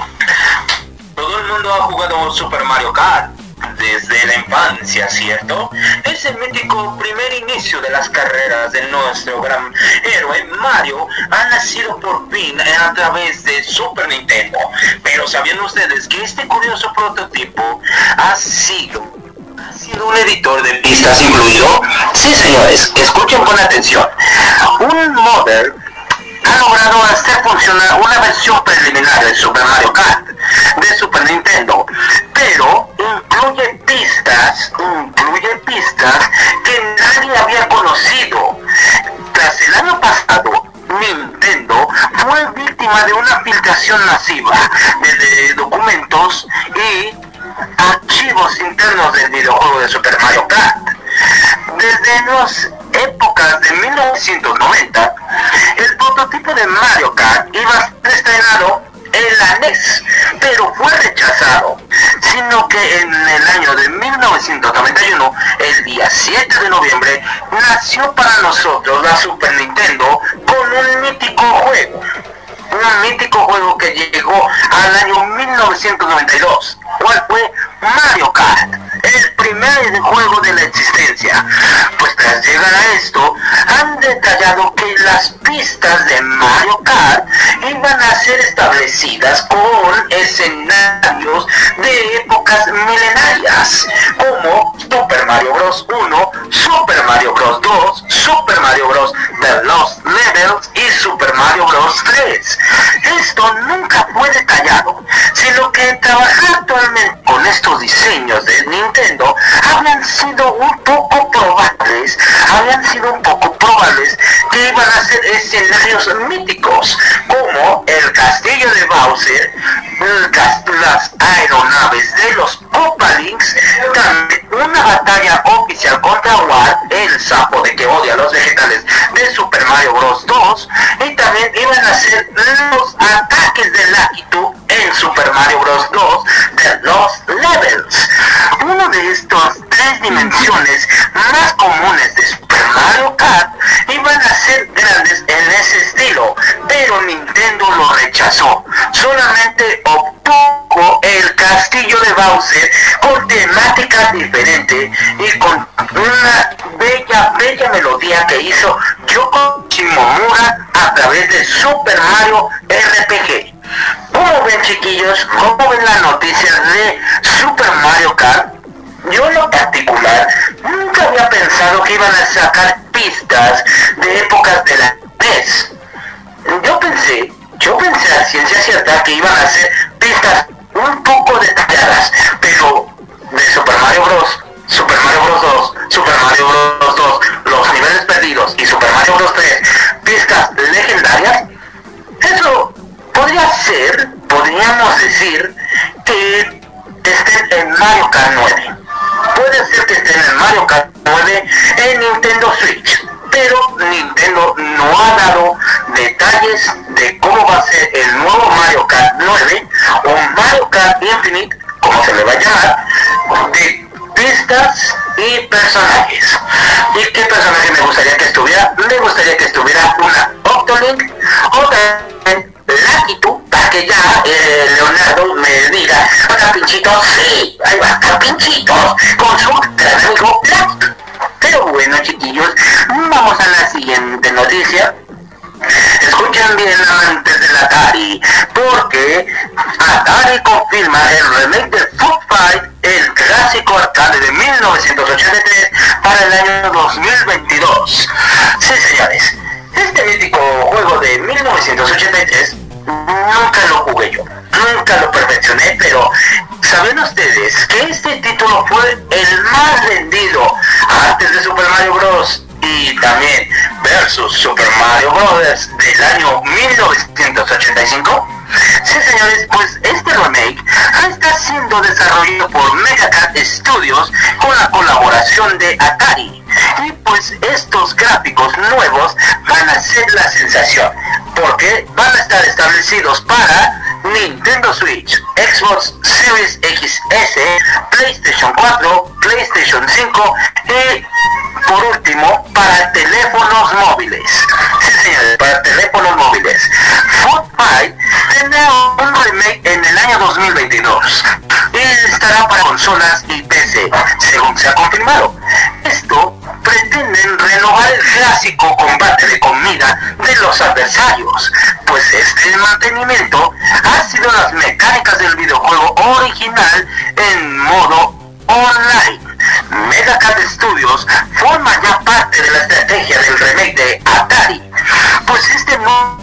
Todo el mundo ha jugado Super Mario Kart desde la infancia, ¿cierto? Es el mítico primer inicio de las carreras de nuestro gran héroe Mario. Ha nacido por fin a través de Super Nintendo. Pero ¿sabían ustedes que este curioso prototipo ha sido ha sido un editor de pistas incluido? Sí, señores, escuchen con atención. Un modder ha logrado hacer funcionar una versión preliminar de Super Mario Kart de Super Nintendo, pero incluye pistas, incluye pistas que nadie había conocido. Tras el año pasado, Nintendo víctima de una filtración masiva de, de documentos y archivos internos del videojuego de Super Mario Kart. Desde las épocas de mil novecientos noventa, el prototipo de Mario Kart iba a ser estrenado en la N E S, pero fue rechazado, sino que en el año de mil novecientos noventa y uno, el día siete de noviembre, nació para nosotros la Super Nintendo con un mítico juego, un mítico juego que llegó al año mil novecientos noventa y dos, ¿cuál fue? Mario Kart, el primer juego de la existencia. Pues tras llegar a esto, han detallado que las pistas de Mario Kart iban a ser establecidas con escenarios de épocas milenarias, como Super Mario Bros. uno, Super Mario Bros. dos, Super Mario Bros. The Lost Levels y Super Mario Bros. tres. Esto nunca fue detallado, sino que trabajar actualmente con estos diseños de Nintendo habían sido un poco probables, habían sido un poco probables que iban a ser escenarios míticos, como el castillo de Bowser, las aeronaves de los Koopalings, también una batalla oficial contra Wart, el sapo de que odia a los vegetales de Super Mario Bros. dos, y también iban a ser los ataques de Lakitu en Super Mario Bros. dos de Lost Levels. Uno de estas tres dimensiones más comunes de Super Mario Kart iban a ser grandes en ese estilo, pero Nintendo lo rechazó. Solamente obtuvo el castillo de Bowser con temática diferente y con una bella, bella melodía que hizo Yoko Shimomura a través de Super Mario R P G. ¿Cómo ven, chiquillos? ¿Cómo ven la noticia de Super Mario Kart? Yo en lo particular nunca había pensado que iban a sacar pistas de épocas de la N E S. Yo pensé, yo pensé a ciencia cierta que iban a ser pistas un poco detalladas, pero de Super Mario Bros., Super Mario Bros. dos, Super Mario Bros. dos, los niveles perdidos y Super Mario Bros. tres, pistas legendarias, eso podría ser, podríamos decir, que estén en Mario Kart nueve. Puede ser que estén en Mario Kart nueve en Nintendo Switch, pero Nintendo no ha dado detalles de cómo va a ser el nuevo Mario Kart nueve o Mario Kart Infinite, como se le va a llamar, de pistas y personajes. ¿Y qué personaje me gustaría que estuviera? Me gustaría que estuviera una Octolink o también Lakitu, para que ya eh, Leonardo me diga, hola Pinchito, sí, ahí va a estar Pinchito con su gran amigo Lakitu. Pero bueno, chiquillos, vamos a la siguiente noticia. Escuchen bien, amantes del Atari, porque Atari confirma el remake de Foot Fight, el clásico arcade de mil novecientos ochenta y tres, para el año dos mil veintidós. Sí, señores, este mítico juego de mil novecientos ochenta y tres nunca lo jugué yo, nunca lo perfeccioné, pero ¿saben ustedes que este título fue el más vendido antes de Super Mario Bros. Y también versus Super Mario Bros. Del año mil novecientos ochenta y cinco? Sí, señores, pues este remake está siendo desarrollado por Megacat Studios con la colaboración de Atari. Y pues estos gráficos nuevos van a ser la sensación, porque van a estar establecidos para Nintendo Switch, Xbox Series X S, PlayStation cuatro, PlayStation cinco y por último para teléfonos móviles. Sí, señores, para teléfonos móviles. Foot Fight tendrá un remake en el año dos mil veintidós y estará para consolas y P C, según se ha confirmado. Esto pretenden renovar el clásico combate de comida de los adversarios, pues este mantenimiento ha sido las mecánicas del videojuego original en modo online. Megacat Studios forma ya parte de la estrategia del remake de Atari, pues este nuevo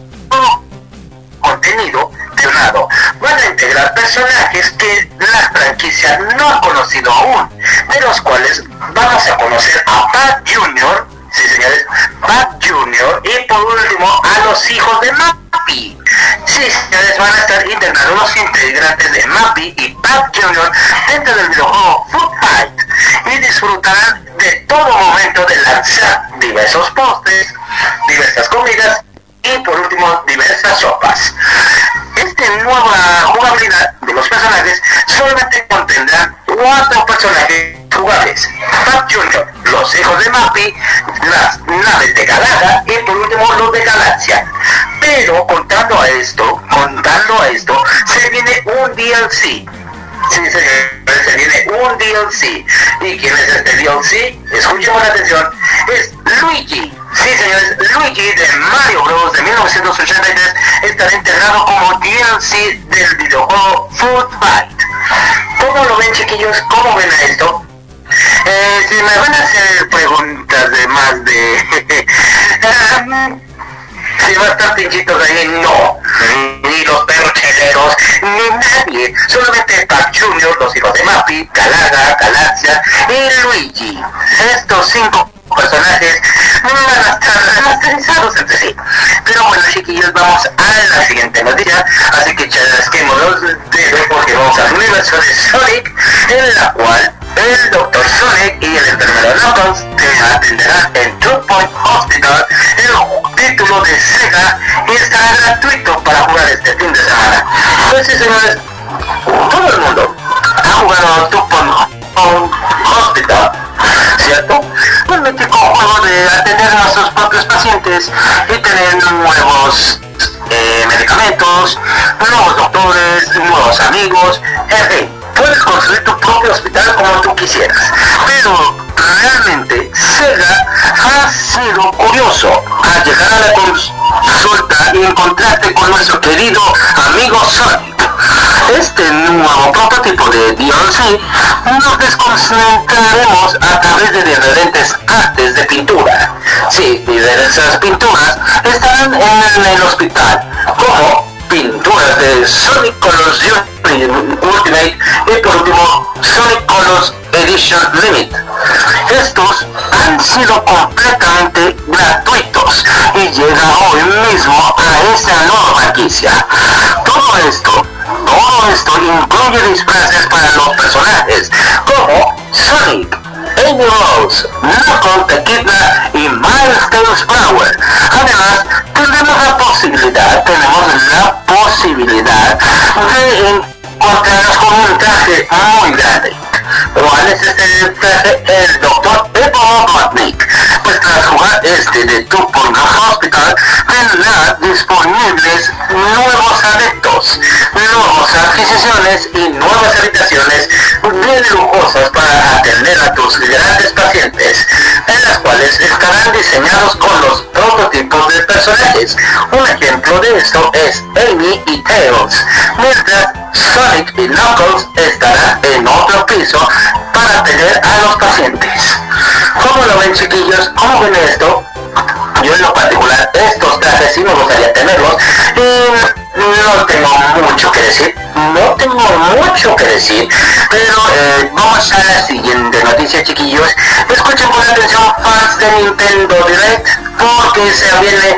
contenido terminado van a integrar personajes que la franquicia no ha conocido aún, de los cuales vamos a conocer a Pat junior, sí señores, Pat junior y por último a los hijos de Mappy. Sí, señores, van a estar integrando los integrantes de Mappy y Pac junior dentro del videojuego Food Fight y disfrutarán de todo momento de lanzar diversos postres, diversas comidas y por último diversas sopas. Esta nueva jugabilidad de los personajes solamente contendrá cuatro personajes jugables: Pac junior, los hijos de Mappy, las naves de Galaga y por último los de Galaxia. Pero contando a esto, contando a esto, se viene un D L C. Sí, señores, se viene un D L C. ¿Y quién es este D L C? Escuchen con atención. Es Luigi. Sí, señores, Luigi de Mario Bros. De mil novecientos ochenta y tres estará integrado como D L C del videojuego Food Fight. ¿Cómo lo ven, chiquillos? ¿Cómo ven a esto? Eh, si me van a hacer preguntas de más de... si va a estar pinchitos ahí, no. Ni los perros cheleros, ni nadie. Solamente Pac junior, los hijos de Mappy, Galaga, Galaxia y Luigi. Estos cinco personajes van a estar remasterizados entre sí. Pero bueno, chiquillos, vamos a la siguiente noticia. Así que chasquemos los dedos porque vamos al universo de Sonic, en la cual el doctor Sonic y el enfermero Knuckles te atenderán en Two Point Hospital, el título de Sega, y estará gratuito para jugar este fin de semana. Pues sí, señores, todo el mundo ha jugado Two Point Hospital, ¿cierto? Un mítico juego de atender a sus propios pacientes y tener nuevos eh, medicamentos, nuevos doctores, nuevos amigos, en fin. Puedes construir tu propio hospital como tú quisieras, pero realmente Sega ha sido curioso al llegar a la consulta y encontrarte con nuestro querido amigo Sonic. Este nuevo prototipo de D L C nos desconcentraremos a través de diferentes artes de pintura. Sí, diversas pinturas estarán en el hospital, como pinturas de Sonic Colors Ultimate y por último Sonic Colors Edition Limit. Estos han sido completamente gratuitos y llega hoy mismo a esa nueva franquicia. Todo esto, todo esto incluye disfraces para los personajes como Sonic, Amy Rose, Knuckles the Kidna y Miles Tails Flower. Además, tendremos la posibilidad, tenemos la posibilidad de encontrarnos con un traje muy grande. ¿Cuál es este traje? El doctor Robotnik. Pues tras jugar este de Two Point Hospital, tendrá disponibles nuevos adeptos, nuevas adquisiciones y nuevas habitaciones bien lujosas para atender a tus grandes pacientes, en las cuales estarán diseñados con los prototipos de personajes. Un ejemplo de esto es Amy y Tails, mientras Sonic y Knuckles estarán en otro piso para atender a los pacientes. ¿Cómo lo ven, chiquillos? ¿Cómo ven esto? Yo en lo particular, estos trajes sí me gustaría tenerlos y no tengo mucho que decir, no tengo mucho que decir, pero eh, vamos a la siguiente noticia, chiquillos. Escuchen con atención, fans de Nintendo Direct, porque se viene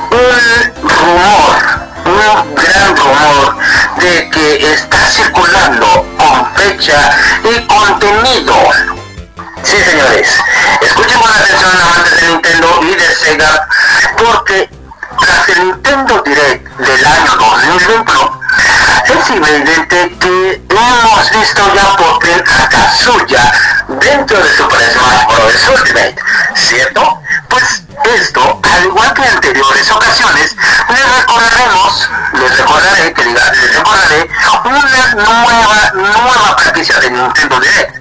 un rumor, un gran rumor de que está circulando con fecha y contenido. Sí, señores, escuchen con atención, amantes de Nintendo y de Sega, porque tras el Nintendo Direct del año dos mil veintiuno, es evidente que hemos visto ya por fin a Kazuya dentro de Super Smash Bros. Ultimate, ¿cierto? Pues esto, al igual que en anteriores ocasiones, les recordaremos, les recordaré, que diga, les recordaré una nueva, nueva franquicia de Nintendo Direct,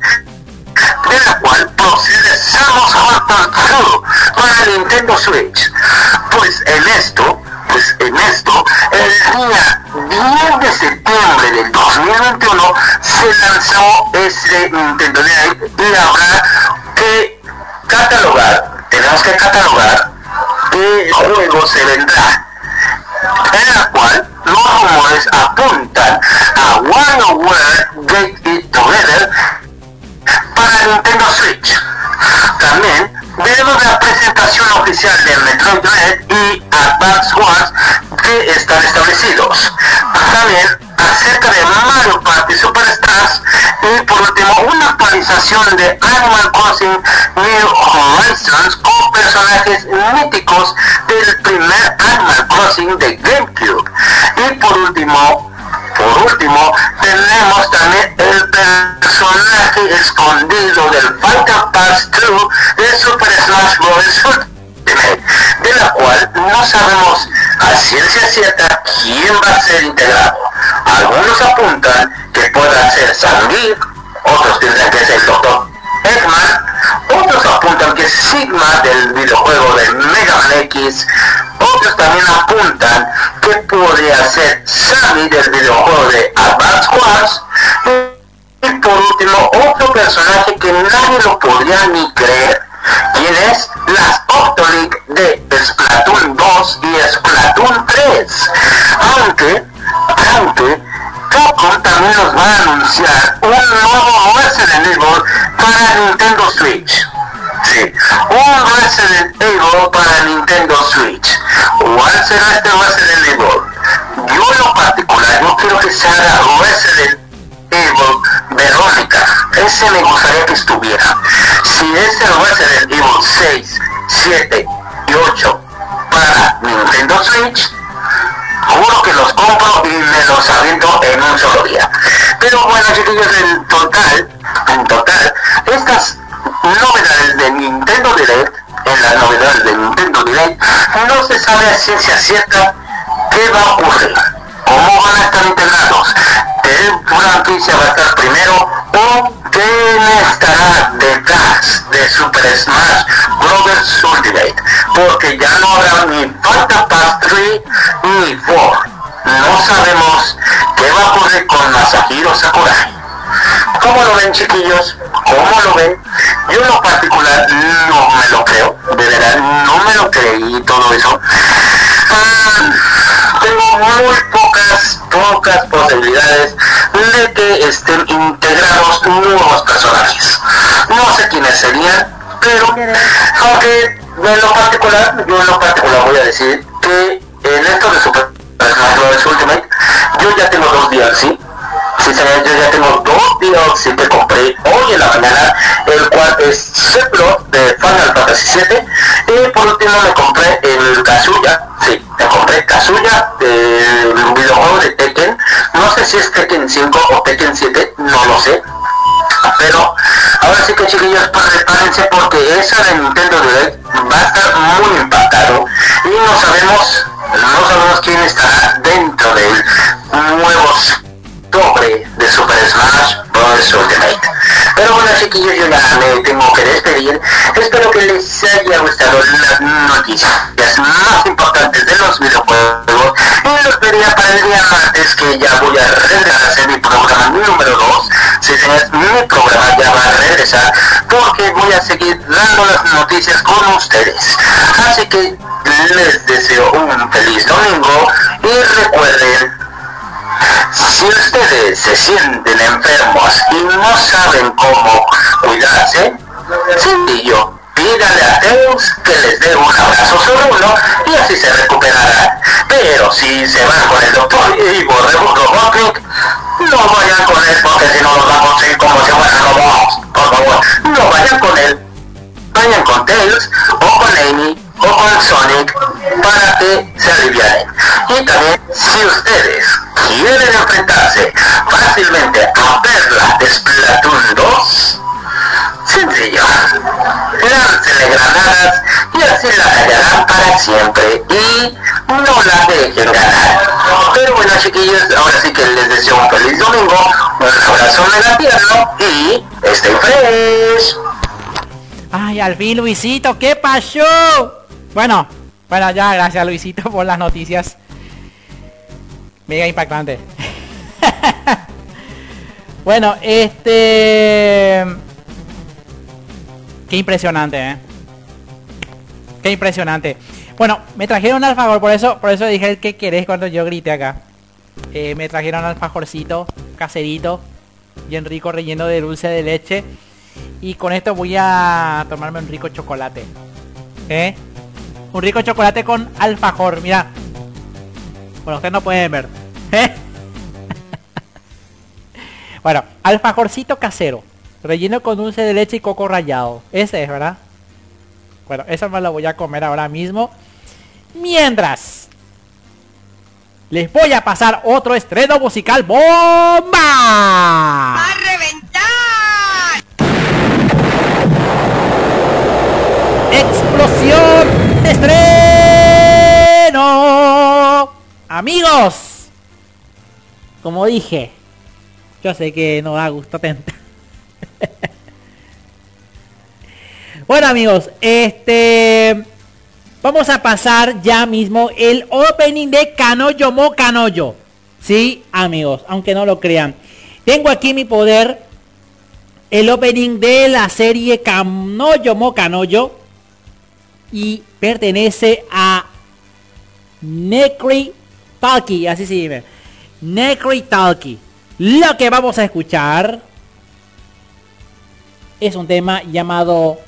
de la cual procede Samus Hot dos para Nintendo Switch. Pues en esto, pues en esto, el día diez de septiembre del dos mil veintiuno se lanzó este Nintendo Direct y habrá que catalogar, tenemos que catalogar qué juego se vendrá, en la cual los rumores apuntan a WarioWare Get It Together para Nintendo Switch. También veremos la presentación oficial de Metroid Dread y Advance Wars que están establecidos. También acerca de Mario Party Superstars y por último una actualización de Animal Crossing New Horizons con personajes míticos del primer Animal Crossing de GameCube. Y por último, por último tenemos también el personaje escondido del Fighter Pass dos de Super Smash Bros. Ultimate, de la cual no sabemos a ciencia cierta quién va a ser integrado. Algunos apuntan que pueda ser Zangief, otros piensan que es el doctor Eggman, otros apuntan que es Sigma del videojuego de Mega Man X, otros también apuntan que podría ser Sammy del videojuego de Advance Wars, y por último otro personaje que nadie lo podría ni creer, quien es las Octoling de Splatoon dos y Splatoon tres, aunque, aunque Capcom también nos va a anunciar un nuevo Resident Evil para Nintendo Switch. Sí, un Resident Evil para Nintendo Switch. ¿Cuál será este Resident Evil? Yo en lo particular, yo quiero que se haga Resident Evil Verónica. Ese me gustaría que estuviera. Si es el Resident Evil seis, siete y ocho para Nintendo Switch, juro que los compro y me los aviento en un solo día. Pero bueno, chiquillos, en total, en total, estas novedades de Nintendo Direct, en las novedades de Nintendo Direct, no se sabe a ciencia cierta qué va a ocurrir, cómo van a estar integrados, qué franquicia va a estar primero o quién estará detrás de Super Smash Bros. Ultimate, porque ya no habrá ni Fighter Pass tres ni cuatro. No sabemos qué va a ocurrir con Masahiro Sakurai. ¿Cómo lo ven, chiquillos? ¿Cómo lo ven? Yo en lo particular no me lo creo, de verdad no me lo creí todo eso. Ah, tengo muy pocas, pocas posibilidades de que estén integrados nuevos personajes. No sé quiénes serían, pero aunque en lo particular, yo en lo particular voy a decir que en esto de Super Smash Bros. Ultimate, yo ya tengo dos D L C. Sí, señor, yo ya tengo dos D L C que compré hoy en la mañana, el cual es Sephiroth de Final Fantasy siete, y por último me compré el Kazuya, sí, me compré Kazuya del videojuego de Tekken, no sé si es Tekken cinco o Tekken siete, no lo sé, pero ahora sí que, chiquillos, pues prepárense porque esa de Nintendo Direct va a estar muy impactado y no sabemos, no sabemos quién estará dentro del nuevos sobre de Super Smash Bros. Ultimate. Pero bueno, chiquillos, yo ya me tengo que despedir. Espero que les haya gustado las noticias más importantes de los videojuegos y los vería para el día martes, que ya voy a regresar a hacer mi programa número dos. Sí, señores, mi programa ya va a regresar porque voy a seguir dando las noticias con ustedes. Así que les deseo un feliz domingo y recuerden, si ustedes se sienten enfermos y no saben cómo cuidarse, sencillo, pídale a Zeus que les dé un abrazo solo uno y así se recuperarán. Pero si se van con el doctor Ivo Robotnik, no vayan con él porque si no los van a conseguir como si fueran robots. Por favor, no vayan con él. Vayan con Tails o con Amy o con Sonic para que se alivianen. Y también, si ustedes quieren enfrentarse fácilmente a Perla de Splatoon dos, sencillo, láncenle granadas y así la hallarán para siempre y no la dejen ganar. Pero bueno, chiquillos, ahora sí que les deseo un feliz domingo, un abrazo negativo y stay fresh. Ay, al fin, Luisito, ¿qué pasó? Bueno, bueno, ya, gracias, Luisito, por las noticias. Mega impactante. Bueno, este... Qué impresionante, ¿eh? Qué impresionante. Bueno, me trajeron alfajor, por eso por eso dije que querés cuando yo grité acá. Eh, me trajeron alfajorcito, caserito, bien rico, relleno de dulce de leche. Y con esto voy a tomarme un rico chocolate. ¿Eh? Un rico chocolate con alfajor, mira. Bueno, ustedes no pueden ver. ¿Eh? Bueno, alfajorcito casero, relleno con dulce de leche y coco rallado. Ese es, ¿verdad? Bueno, eso me lo voy a comer ahora mismo. Mientras les voy a pasar otro estreno musical bomba. ¡Va a reventar! ¡Explosión de estreno! Amigos, como dije, yo sé que no da gusto tentar. Bueno, amigos, este vamos a pasar ya mismo el opening de Kanojo Mo Kanojo. Sí, amigos, aunque no lo crean. Tengo aquí en mi poder el opening de la serie Kanojo Mo Kanojo y pertenece a Necri Talkie, así se dice. Necri Talkie. Lo que vamos a escuchar es un tema llamado,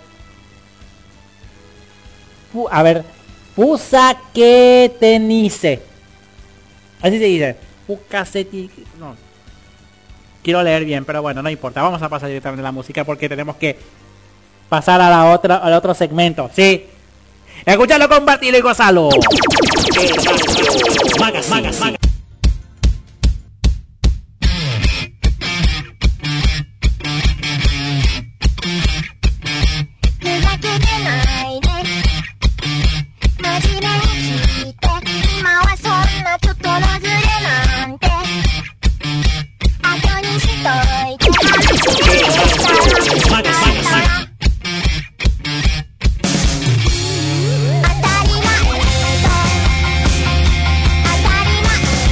a ver, Fusake Tenise. Así se dice. Fukaseti, no. Quiero leer bien, pero bueno, no importa. Vamos a pasar directamente a la música porque tenemos que pasar a la otra, al otro segmento. Sí. Escuchalo, compartirlo y gozalo. Magas, magas, magas. 当たり前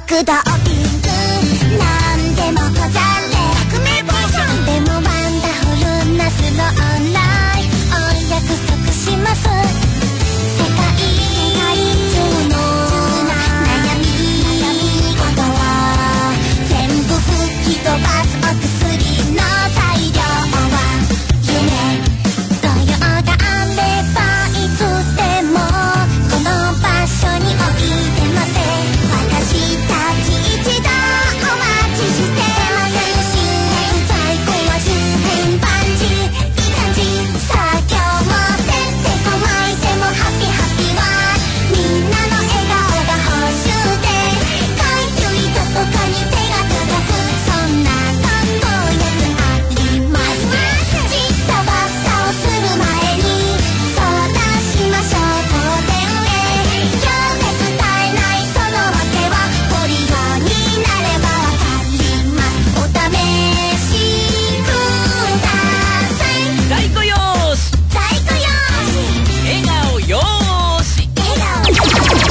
ドーピングなんでもこざれ革命バージョンでもワンダフルなスローライフお約束します世界中の悩み事は全部吹き飛ばすお薬の材料は夢土曜があればいつでもこの場所に置いてませ私たち一度お待ちしてます新年最高は新年パンチいい感じさあ今日もてってこまいてもハッピーハッピーはみんなの笑顔が報酬でかゆいどこかに手が届くそんなとこやつありますじっとバッタをする前に相談しましょう当然へ今日で伝えないそのわけはポリゴンになればわかりますお試しください在庫よーし在庫よーし笑顔よーし笑顔よーし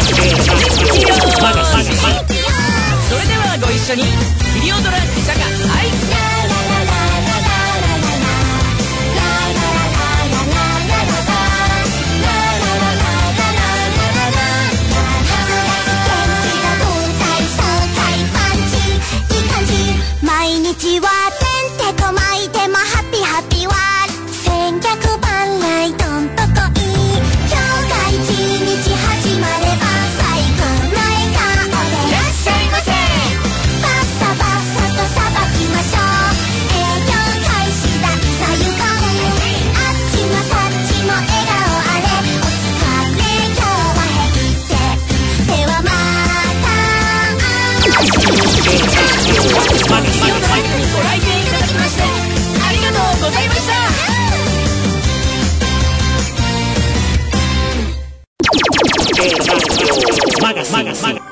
それではご一緒にピリオドラックシャカはい毎日はてんてこまいてもハッピーハッピーは千客万来どんとこい今日が一日始まれば最高の笑顔でいらっしゃいませバッサバッサとさばきましょう営業開始だいざ行こうあっちもそっちも笑顔あれお疲れ今日はへいってではまたピリオドラックにご来店いただきましてありがとうございましたマガマガマガ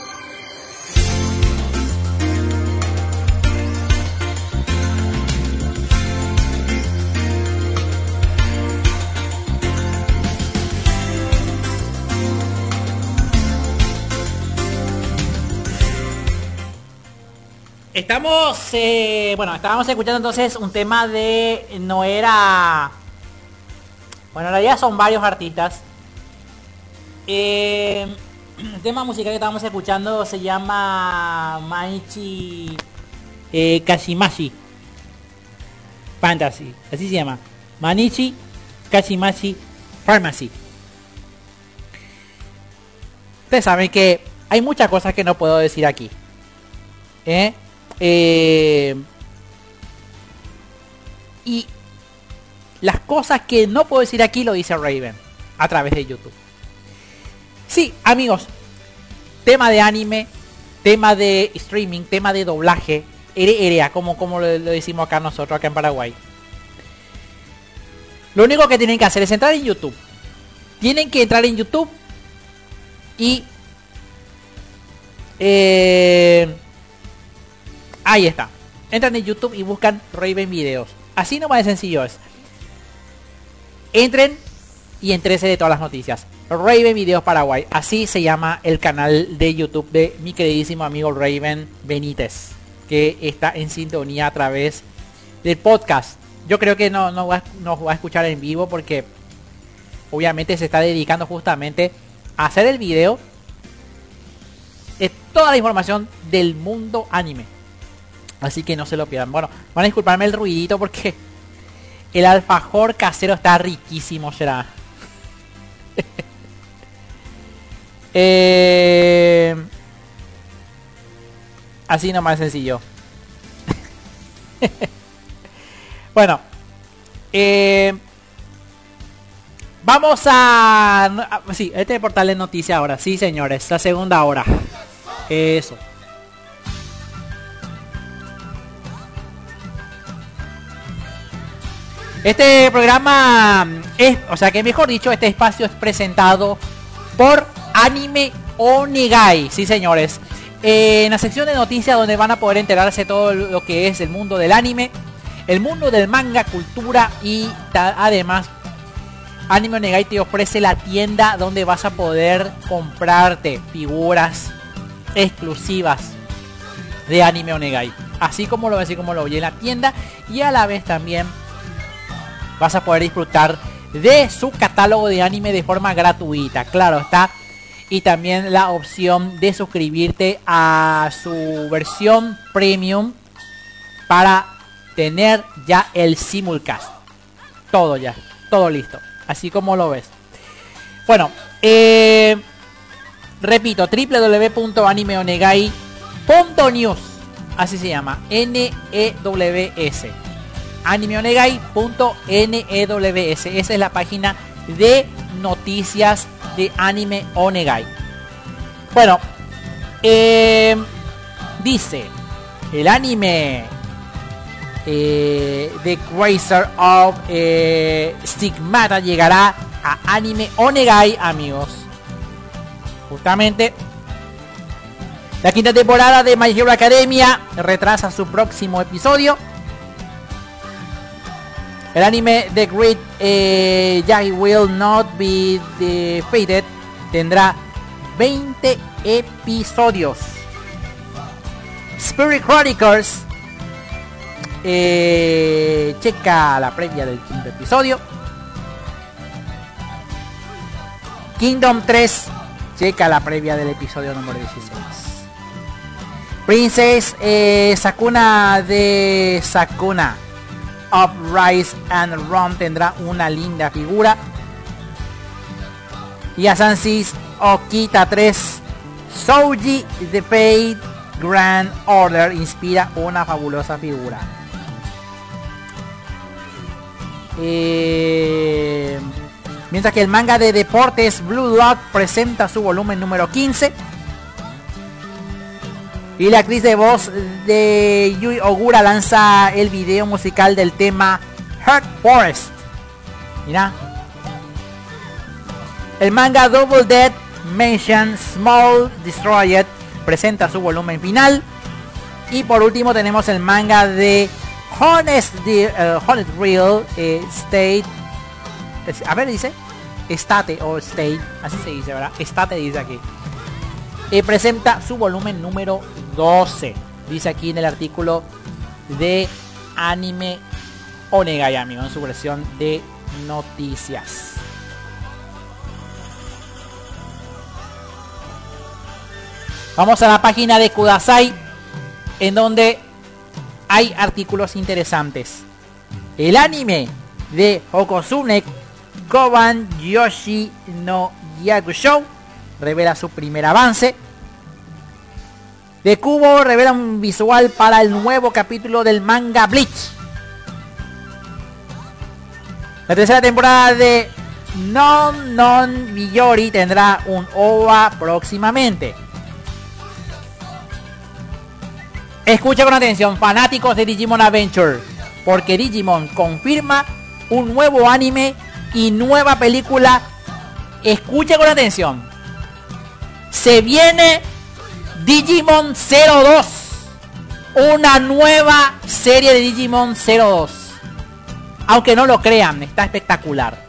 Estamos, eh, bueno, estábamos escuchando entonces un tema de, no era, bueno, en realidad son varios artistas. Eh, el tema musical que estábamos escuchando se llama Maichi eh, Kashimashi Fantasy, así se llama, Manichi Kashimashi Pharmacy. Ustedes saben que hay muchas cosas que no puedo decir aquí. ¿Eh? Eh, y las cosas que no puedo decir aquí lo dice Raven a través de YouTube. Sí, amigos, tema de anime, tema de streaming, tema de doblaje, ere, erea, como, como lo, lo decimos acá nosotros, acá en Paraguay. Lo único que tienen que hacer es entrar en YouTube. Tienen que entrar en YouTube y eh, ahí está. Entran en YouTube y buscan Raven Videos. Así nomás de sencillo es. Entren y entrése de todas las noticias. Raven Videos Paraguay. Así se llama el canal de YouTube de mi queridísimo amigo Raven Benítez, que está en sintonía a través del podcast. Yo creo que no, no, va, no va a escuchar en vivo porque obviamente se está dedicando justamente a hacer el video de toda la información del mundo anime. Así que no se lo pierdan. Bueno, van a disculparme el ruidito porque el alfajor casero está riquísimo, será. eh... Así nomás es sencillo. Bueno. Eh... Vamos a... Sí, este portal de noticias ahora. Sí, señores, la segunda hora. Eso. Este programa es, o sea que mejor dicho, este espacio es presentado por Anime Onegai. Sí, señores. Eh, en la sección de noticias donde van a poder enterarse todo lo que es el mundo del anime, el mundo del manga, cultura y además Anime Onegai te ofrece la tienda donde vas a poder comprarte figuras exclusivas de Anime Onegai. Así como lo ves, así como lo oye en la tienda. Y a la vez también vas a poder disfrutar de su catálogo de anime de forma gratuita. Claro está. Y también la opción de suscribirte a su versión premium para tener ya el simulcast. Todo ya, todo listo. Así como lo ves. Bueno, eh, repito, doble u doble u doble u punto anime onegai punto news. Así se llama, N E W S. anime onegai punto news. Esa es la página de noticias de Anime Onegai. Bueno, eh, dice el anime eh, The Crazer of eh, Stigmata llegará a Anime Onegai, amigos. Justamente la quinta temporada de My Hero Academia retrasa su próximo episodio. El anime The Great eh, Yagi Will Not Be Defeated tendrá veinte episodios. Spirit Chronicles eh, checa la previa del quinto episodio. Kingdom tres checa la previa del episodio número dieciséis. Princess eh, Sakuna de Sakuna Uprise and Run tendrá una linda figura. Y Assassin's Okita tres Souji The Fate Grand Order inspira una fabulosa figura. Eh, mientras que el manga de deportes Blue Lock presenta su volumen número quince. Y la actriz de voz de Yui Ogura lanza el video musical del tema Heart Forest. Mira. El manga Double Dead Mention Small Destroyed presenta su volumen final. Y por último tenemos el manga de Honest, uh, Honest Real eh, State. A ver, dice State o State. Así se dice, ¿verdad? State dice aquí. Eh, presenta su volumen número doce. Dice aquí en el artículo de Anime Onegai, amigo, en su versión de noticias. Vamos a la página de Kudasai, en donde hay artículos interesantes. El anime de Hokusune Koban Yoshi no Yakusho revela su primer avance. De Kubo revela un visual para el nuevo capítulo del manga Bleach. La tercera temporada de Non Non Biyori tendrá un O V A próximamente. Escucha con atención, fanáticos de Digimon Adventure, porque Digimon confirma un nuevo anime y nueva película. Escucha con atención. Se viene Digimon cero dos. Una nueva serie de Digimon cero dos. Aunque no lo crean, está espectacular.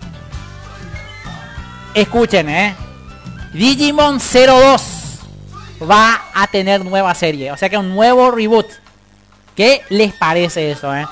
Escuchen, eh. Digimon cero dos va a tener nueva serie. O sea que un nuevo reboot. ¿Qué les parece eso, eh?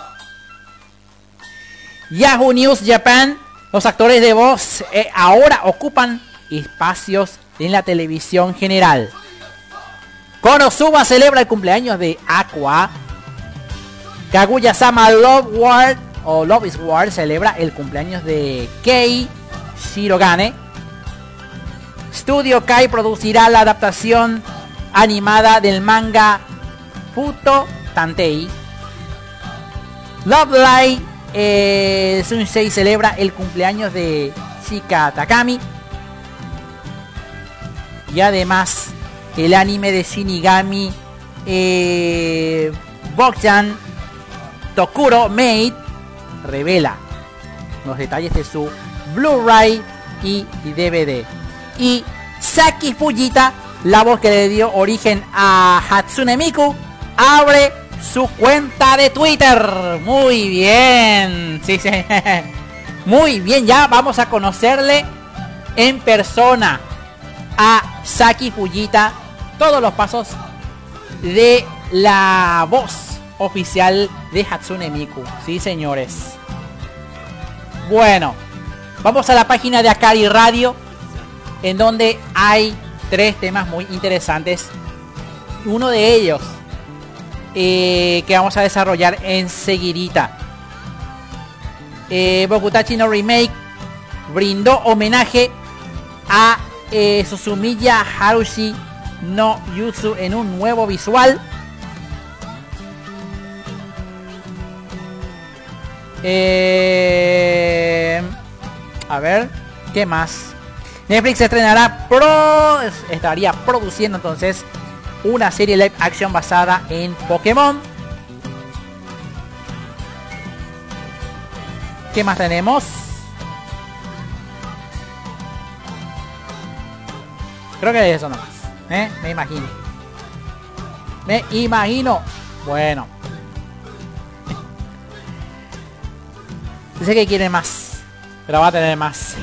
Yahoo News Japan. Los actores de voz eh, ahora ocupan espacios en la televisión general. Konosuba celebra el cumpleaños de Aqua. Kaguya-sama Love War o Love is War celebra el cumpleaños de Kei Shirogane. Studio Kai producirá la adaptación animada del manga Futo Tantei. Love Live eh, Sunsei celebra el cumpleaños de Shika Takami. Y además el anime de Shinigami eh, Bokchan Tokuro Maid revela los detalles de su Blu-ray y D V D. Y Saki Fujita, la voz que le dio origen a Hatsune Miku, abre su cuenta de Twitter. Muy bien. Sí, sí. Muy bien, ya vamos a conocerle en persona a Saki Fujita todos los pasos de la voz oficial de Hatsune Miku. Sí, señores. Bueno, vamos a la página de Akari Radio, en donde hay tres temas muy interesantes. Uno de ellos eh, que vamos a desarrollar enseguidita. Eh, Bokutachi no Remake brindó homenaje a eh, Suzumiya Harushi no Yutsu en un nuevo visual. Eh, a ver, ¿qué más? Netflix estrenará pro, estaría produciendo entonces una serie live action basada en Pokémon. ¿Qué más tenemos? Creo que eso nomás, ¿eh? Me imagino. Me imagino. Bueno. Dice que quiere más, pero va a tener más.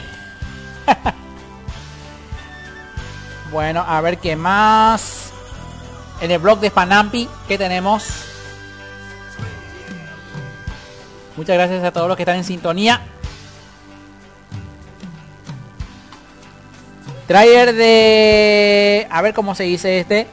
Bueno, a ver qué más. En el blog de Fanampi, ¿qué tenemos? Muchas gracias a todos los que están en sintonía. Trailer de... A ver cómo se dice este.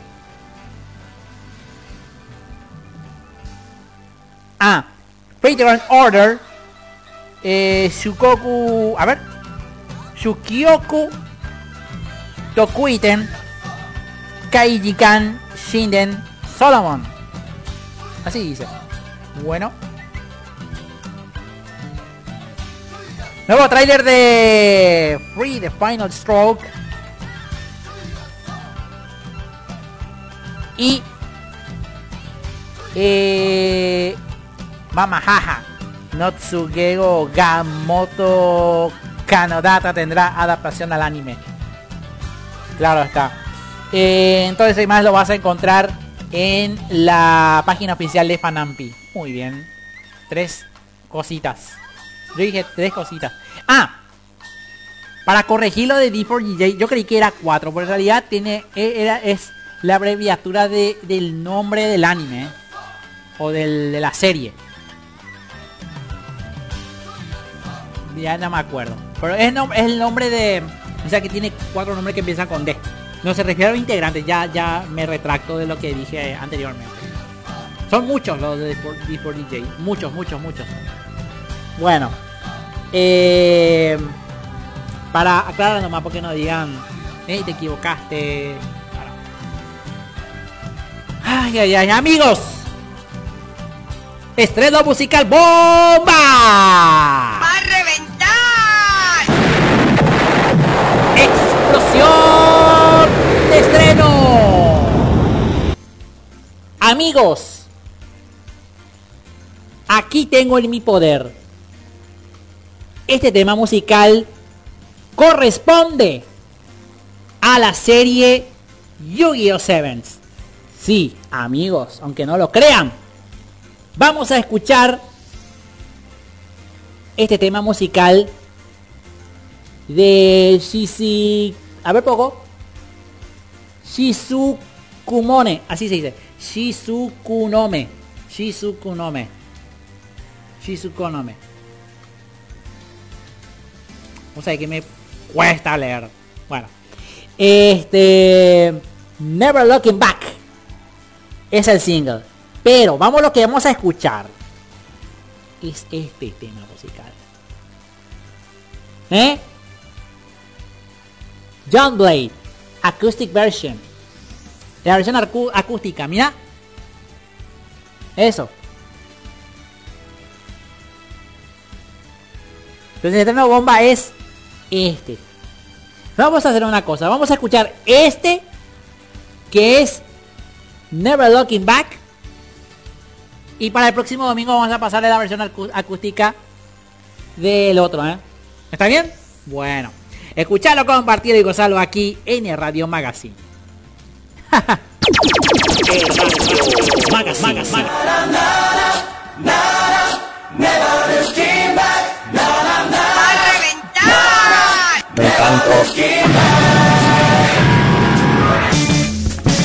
Ah, Fate Order. Eh, Shukoku... A ver. Shukioku Tokuiten Kaijikan Shinden Solomon. Así dice. Bueno. Nuevo tráiler de Free the Final Stroke. Y eh, Mamahaha Notsugego Gamoto Kanodata tendrá adaptación al anime. Claro está. Eh, entonces hay más, lo vas a encontrar en la página oficial de Fanampi. Muy bien. Tres cositas. Yo dije tres cositas. Ah, para corregir lo de D cuatro G J, yo creí que era cuatro, pero en realidad tiene era es la abreviatura de, del nombre del anime, ¿eh? O del, de la serie. Ya no me acuerdo, pero es, no, es el nombre de, o sea que tiene cuatro nombres que empiezan con D. No se refiere a los integrantes, ya ya me retracto de lo que dije anteriormente. Son muchos los de D cuatro G J, muchos, muchos, muchos. Bueno, eh, para aclarar nomás, porque no digan, hey, te equivocaste. Ay, ay, ay, amigos. Estreno musical bomba. ¡Va a reventar! Explosión de estreno. Amigos, aquí tengo en mi poder. Este tema musical corresponde a la serie Yu-Gi-Oh! Sevens. Sí, amigos, aunque no lo crean, vamos a escuchar este tema musical de Shishi... A ver poco. Shizukumone, así se dice. Shizukunome. Shizukunome. Shizukunome. O sea que me cuesta leer. Bueno. Este... Never Looking Back es el single. Pero vamos, lo que vamos a escuchar es este tema musical. ¿Eh? John Blade Acoustic Version. La versión acu- acústica, mira. Eso. Entonces el tema bomba es este. Vamos a hacer una cosa. Vamos a escuchar este, que es Never Looking Back. Y para el próximo domingo vamos a pasarle la versión acú- acústica del otro, ¿eh? ¿Está bien? Bueno. Escucharlo, compartirlo y gozarlo aquí en el Radio Magazine. El Radio Magazine. Magazine. ¡Va a reventar! Me encantó.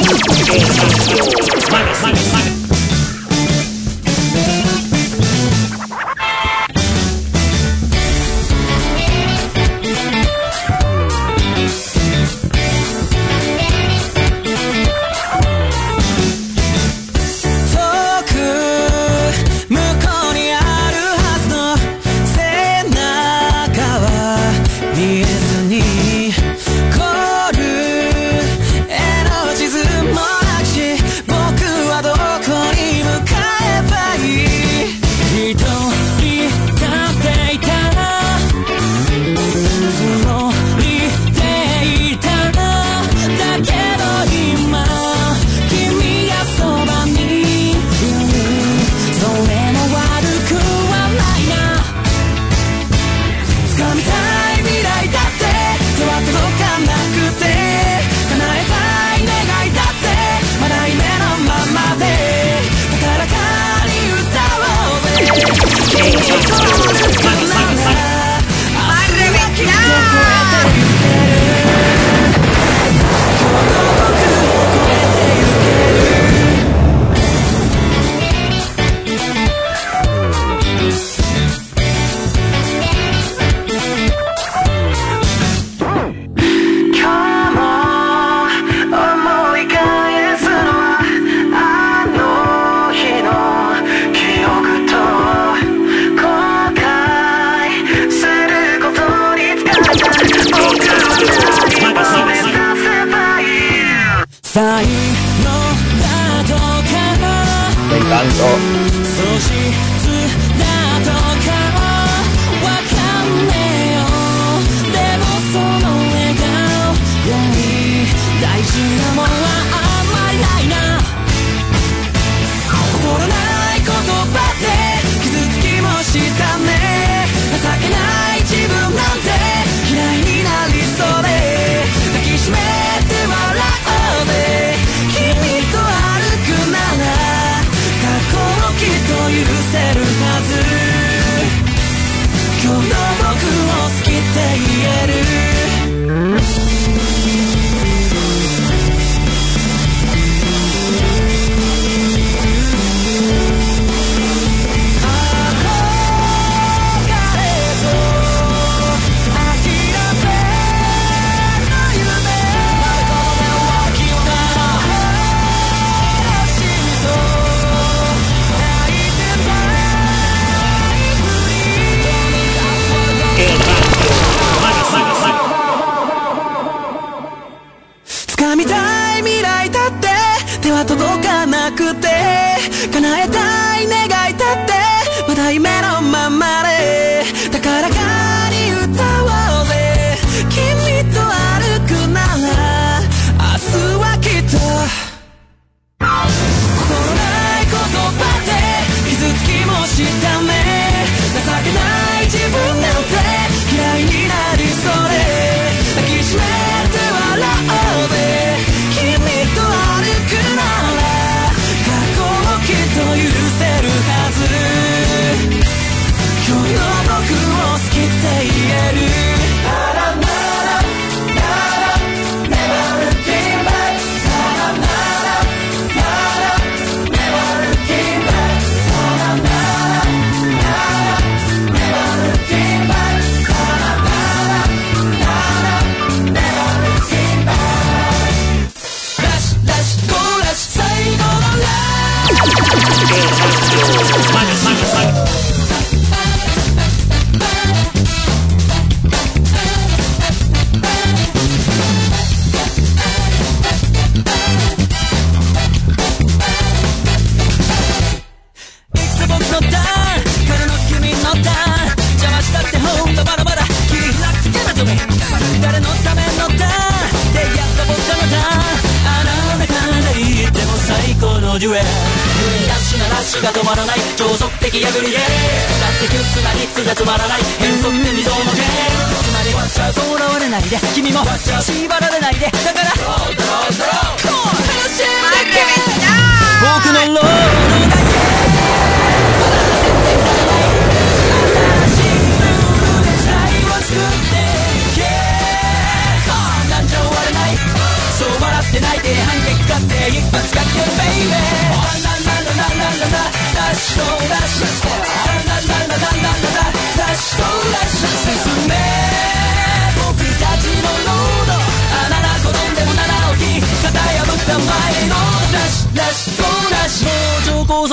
笑って泣いて反撃勝って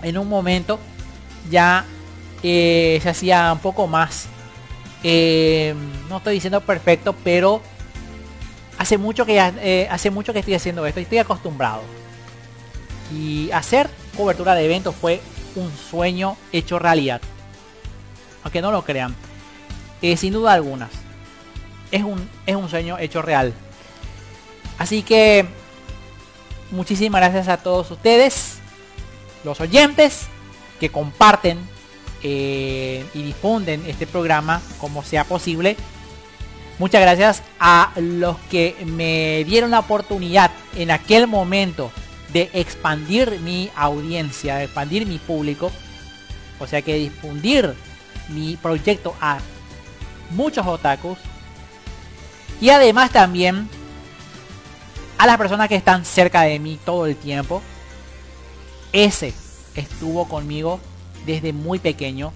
en un momento ya eh, se hacía un poco más, eh, no estoy diciendo perfecto, pero hace mucho que ya, eh, hace mucho que estoy haciendo esto y estoy acostumbrado. Y hacer cobertura de eventos fue un sueño hecho realidad, aunque no lo crean. Eh, sin duda alguna es un, es un sueño hecho real. Así que muchísimas gracias a todos ustedes, los oyentes que comparten eh, y difunden este programa como sea posible. Muchas gracias a los que me dieron la oportunidad en aquel momento de expandir mi audiencia, de expandir mi público, o sea que difundir mi proyecto a muchos otakus, y además también a las personas que están cerca de mí todo el tiempo. Ese estuvo conmigo desde muy pequeño.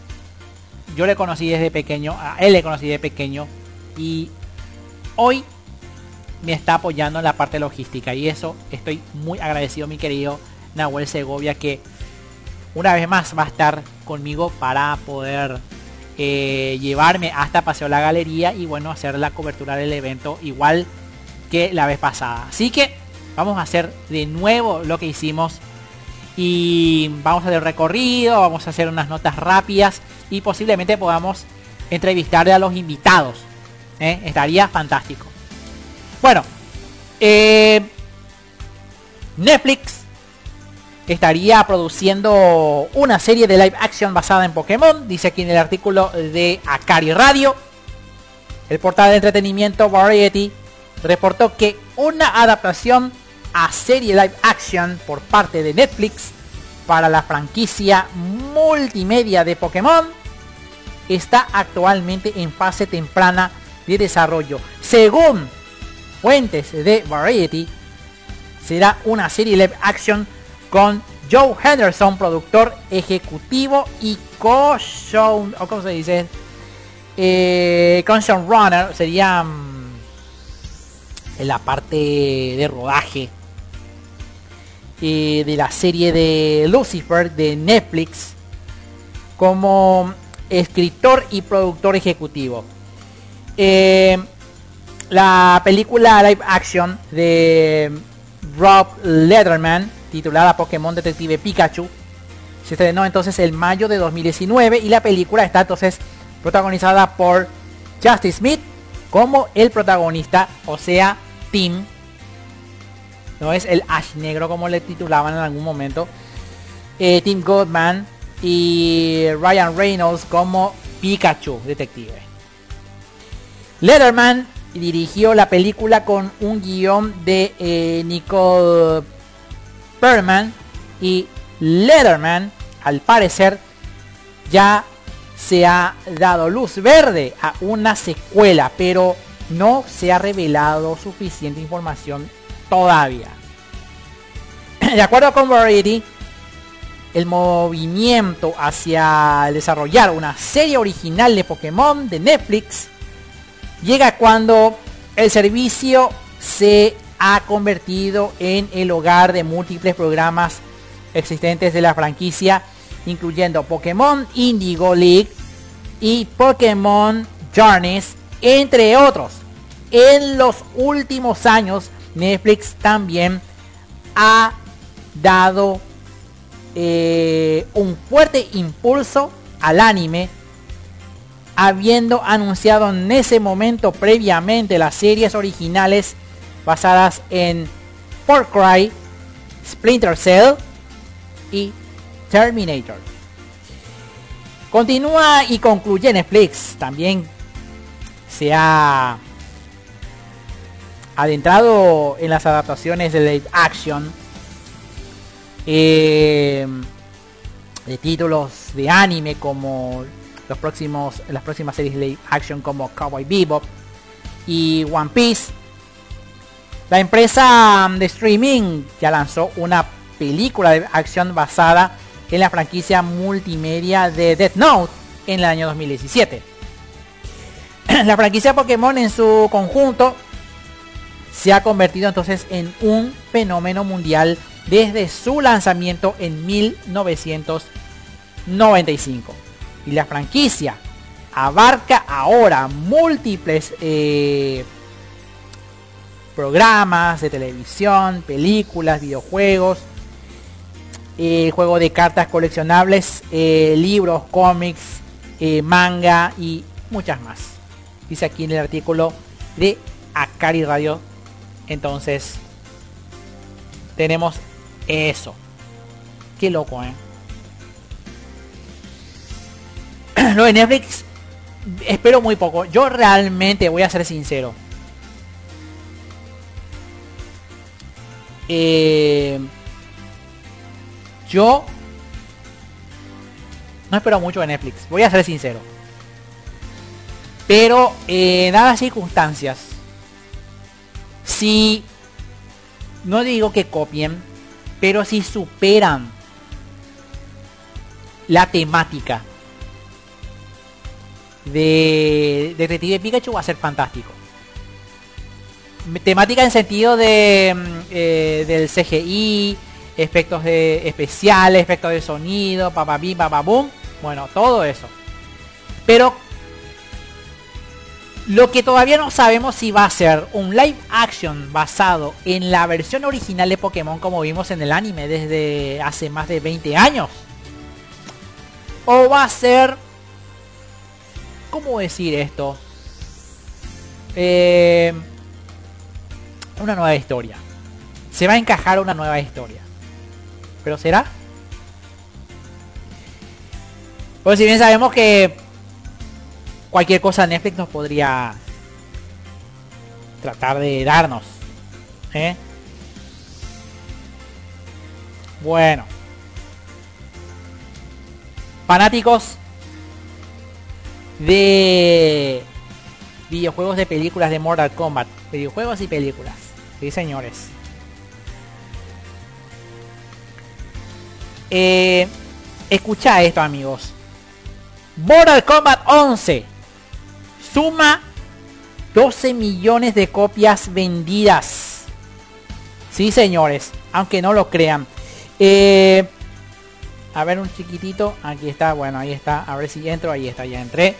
Yo le conocí desde pequeño, a él le conocí de pequeño, y hoy me está apoyando en la parte logística, y eso estoy muy agradecido, mi querido Nahuel Segovia, que una vez más va a estar conmigo para poder eh, llevarme hasta Paseo La Galería y bueno, hacer la cobertura del evento igual que la vez pasada. Así que vamos a hacer de nuevo lo que hicimos y vamos a hacer recorrido, vamos a hacer unas notas rápidas y posiblemente podamos entrevistarle a los invitados. ¿eh? Estaría fantástico. Bueno, eh, Netflix estaría produciendo una serie de live action basada en Pokémon, dice aquí en el artículo de Akari Radio. El portal de entretenimiento Variety reportó que una adaptación a serie live action por parte de Netflix para la franquicia multimedia de Pokémon está actualmente en fase temprana de desarrollo. Según fuentes de Variety, será una serie live action con Joe Henderson, productor ejecutivo y co-show, o ¿cómo se dice? Eh, co-showrunner, sería um, en la parte de rodaje eh, de la serie de Lucifer de Netflix, como escritor y productor ejecutivo. Eh, la película live action de Rob Letterman, titulada Pokémon Detective Pikachu, se estrenó entonces en mayo de dos mil diecinueve y la película está entonces protagonizada por Justin Smith como el protagonista, o sea, Tim. No es el Ash Negro como le titulaban en algún momento. Eh, Tim Goodman y Ryan Reynolds como Pikachu Detective. Letterman dirigió la película con un guión de eh, Nicole Perman, y Letterman al parecer ya se ha dado luz verde a una secuela, pero no se ha revelado suficiente información todavía. De acuerdo con Variety, el movimiento hacia desarrollar una serie original de Pokémon de Netflix llega cuando el servicio se ha convertido en el hogar de múltiples programas existentes de la franquicia, incluyendo Pokémon Indigo League y Pokémon Journeys, entre otros. En los últimos años, Netflix también ha dado eh, un fuerte impulso al anime, habiendo anunciado en ese momento previamente las series originales basadas en Far Cry, Splinter Cell y Terminator. Continúa y concluye Netflix. También se ha adentrado en las adaptaciones de live action eh, de títulos de anime, como los próximos las próximas series de live action como Cowboy Bebop y One Piece. La empresa de streaming ya lanzó una película de acción basada en la franquicia multimedia de Death Note en el año dos mil diecisiete. La franquicia Pokémon en su conjunto se ha convertido entonces en un fenómeno mundial desde su lanzamiento en mil novecientos noventa y cinco. Y la franquicia abarca ahora múltiples eh, programas de televisión, películas, videojuegos, eh, juego de cartas coleccionables, eh, libros, cómics, eh, manga y muchas más. Dice aquí en el artículo de Akari Radio. Entonces tenemos eso. Qué loco, eh. Lo de Netflix espero muy poco. Yo realmente voy a ser sincero. Eh, yo no espero mucho de Netflix. Voy a ser sincero. Pero en dadas circunstancias, si no digo que copien, pero si superan la temática de Detective Pikachu, va a ser fantástico. Temática en sentido de eh, del C G I, efectos de especiales, efectos de sonido, papabim, papabum, bueno, todo eso. Pero lo que todavía no sabemos si va a ser un live action basado en la versión original de Pokémon como vimos en el anime desde hace más de veinte años. O va a ser, ¿cómo decir esto? Eh, una nueva historia. Se va a encajar una nueva historia. ¿Pero será? Pues si bien sabemos que cualquier cosa Netflix nos podría tratar de darnos, ¿eh? Bueno, fanáticos de videojuegos, de películas de Mortal Kombat, videojuegos y películas, sí señores. Eh, escucha esto, amigos. Mortal Kombat once suma doce millones de copias vendidas. Sí, señores, aunque no lo crean. Eh, a ver, un chiquitito. Aquí está, bueno, ahí está. A ver si entro. Ahí está, ya entré.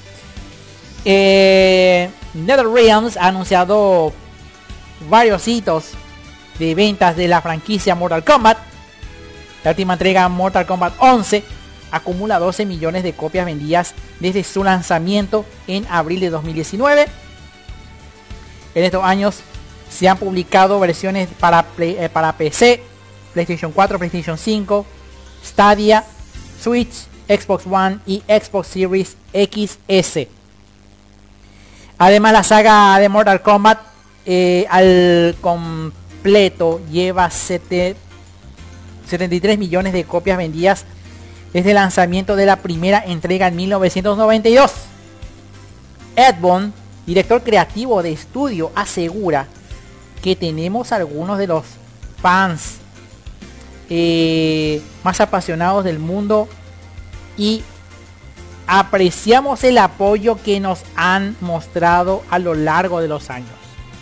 Eh, NetherRealms ha anunciado varios hitos de ventas de la franquicia Mortal Kombat. La última entrega, Mortal Kombat once, acumula doce millones de copias vendidas desde su lanzamiento en abril de dos mil diecinueve. En estos años se han publicado versiones para, play, eh, para P C, PlayStation cuatro, PlayStation cinco, Stadia, Switch, Xbox One y Xbox Series X S. Además, la saga de Mortal Kombat eh, al completo lleva setenta y tres millones de copias vendidas desde el lanzamiento de la primera entrega en mil novecientos noventa y dos. Ed Boon, director creativo de estudio, asegura que tenemos algunos de los fans eh, más apasionados del mundo y apreciamos el apoyo que nos han mostrado a lo largo de los años.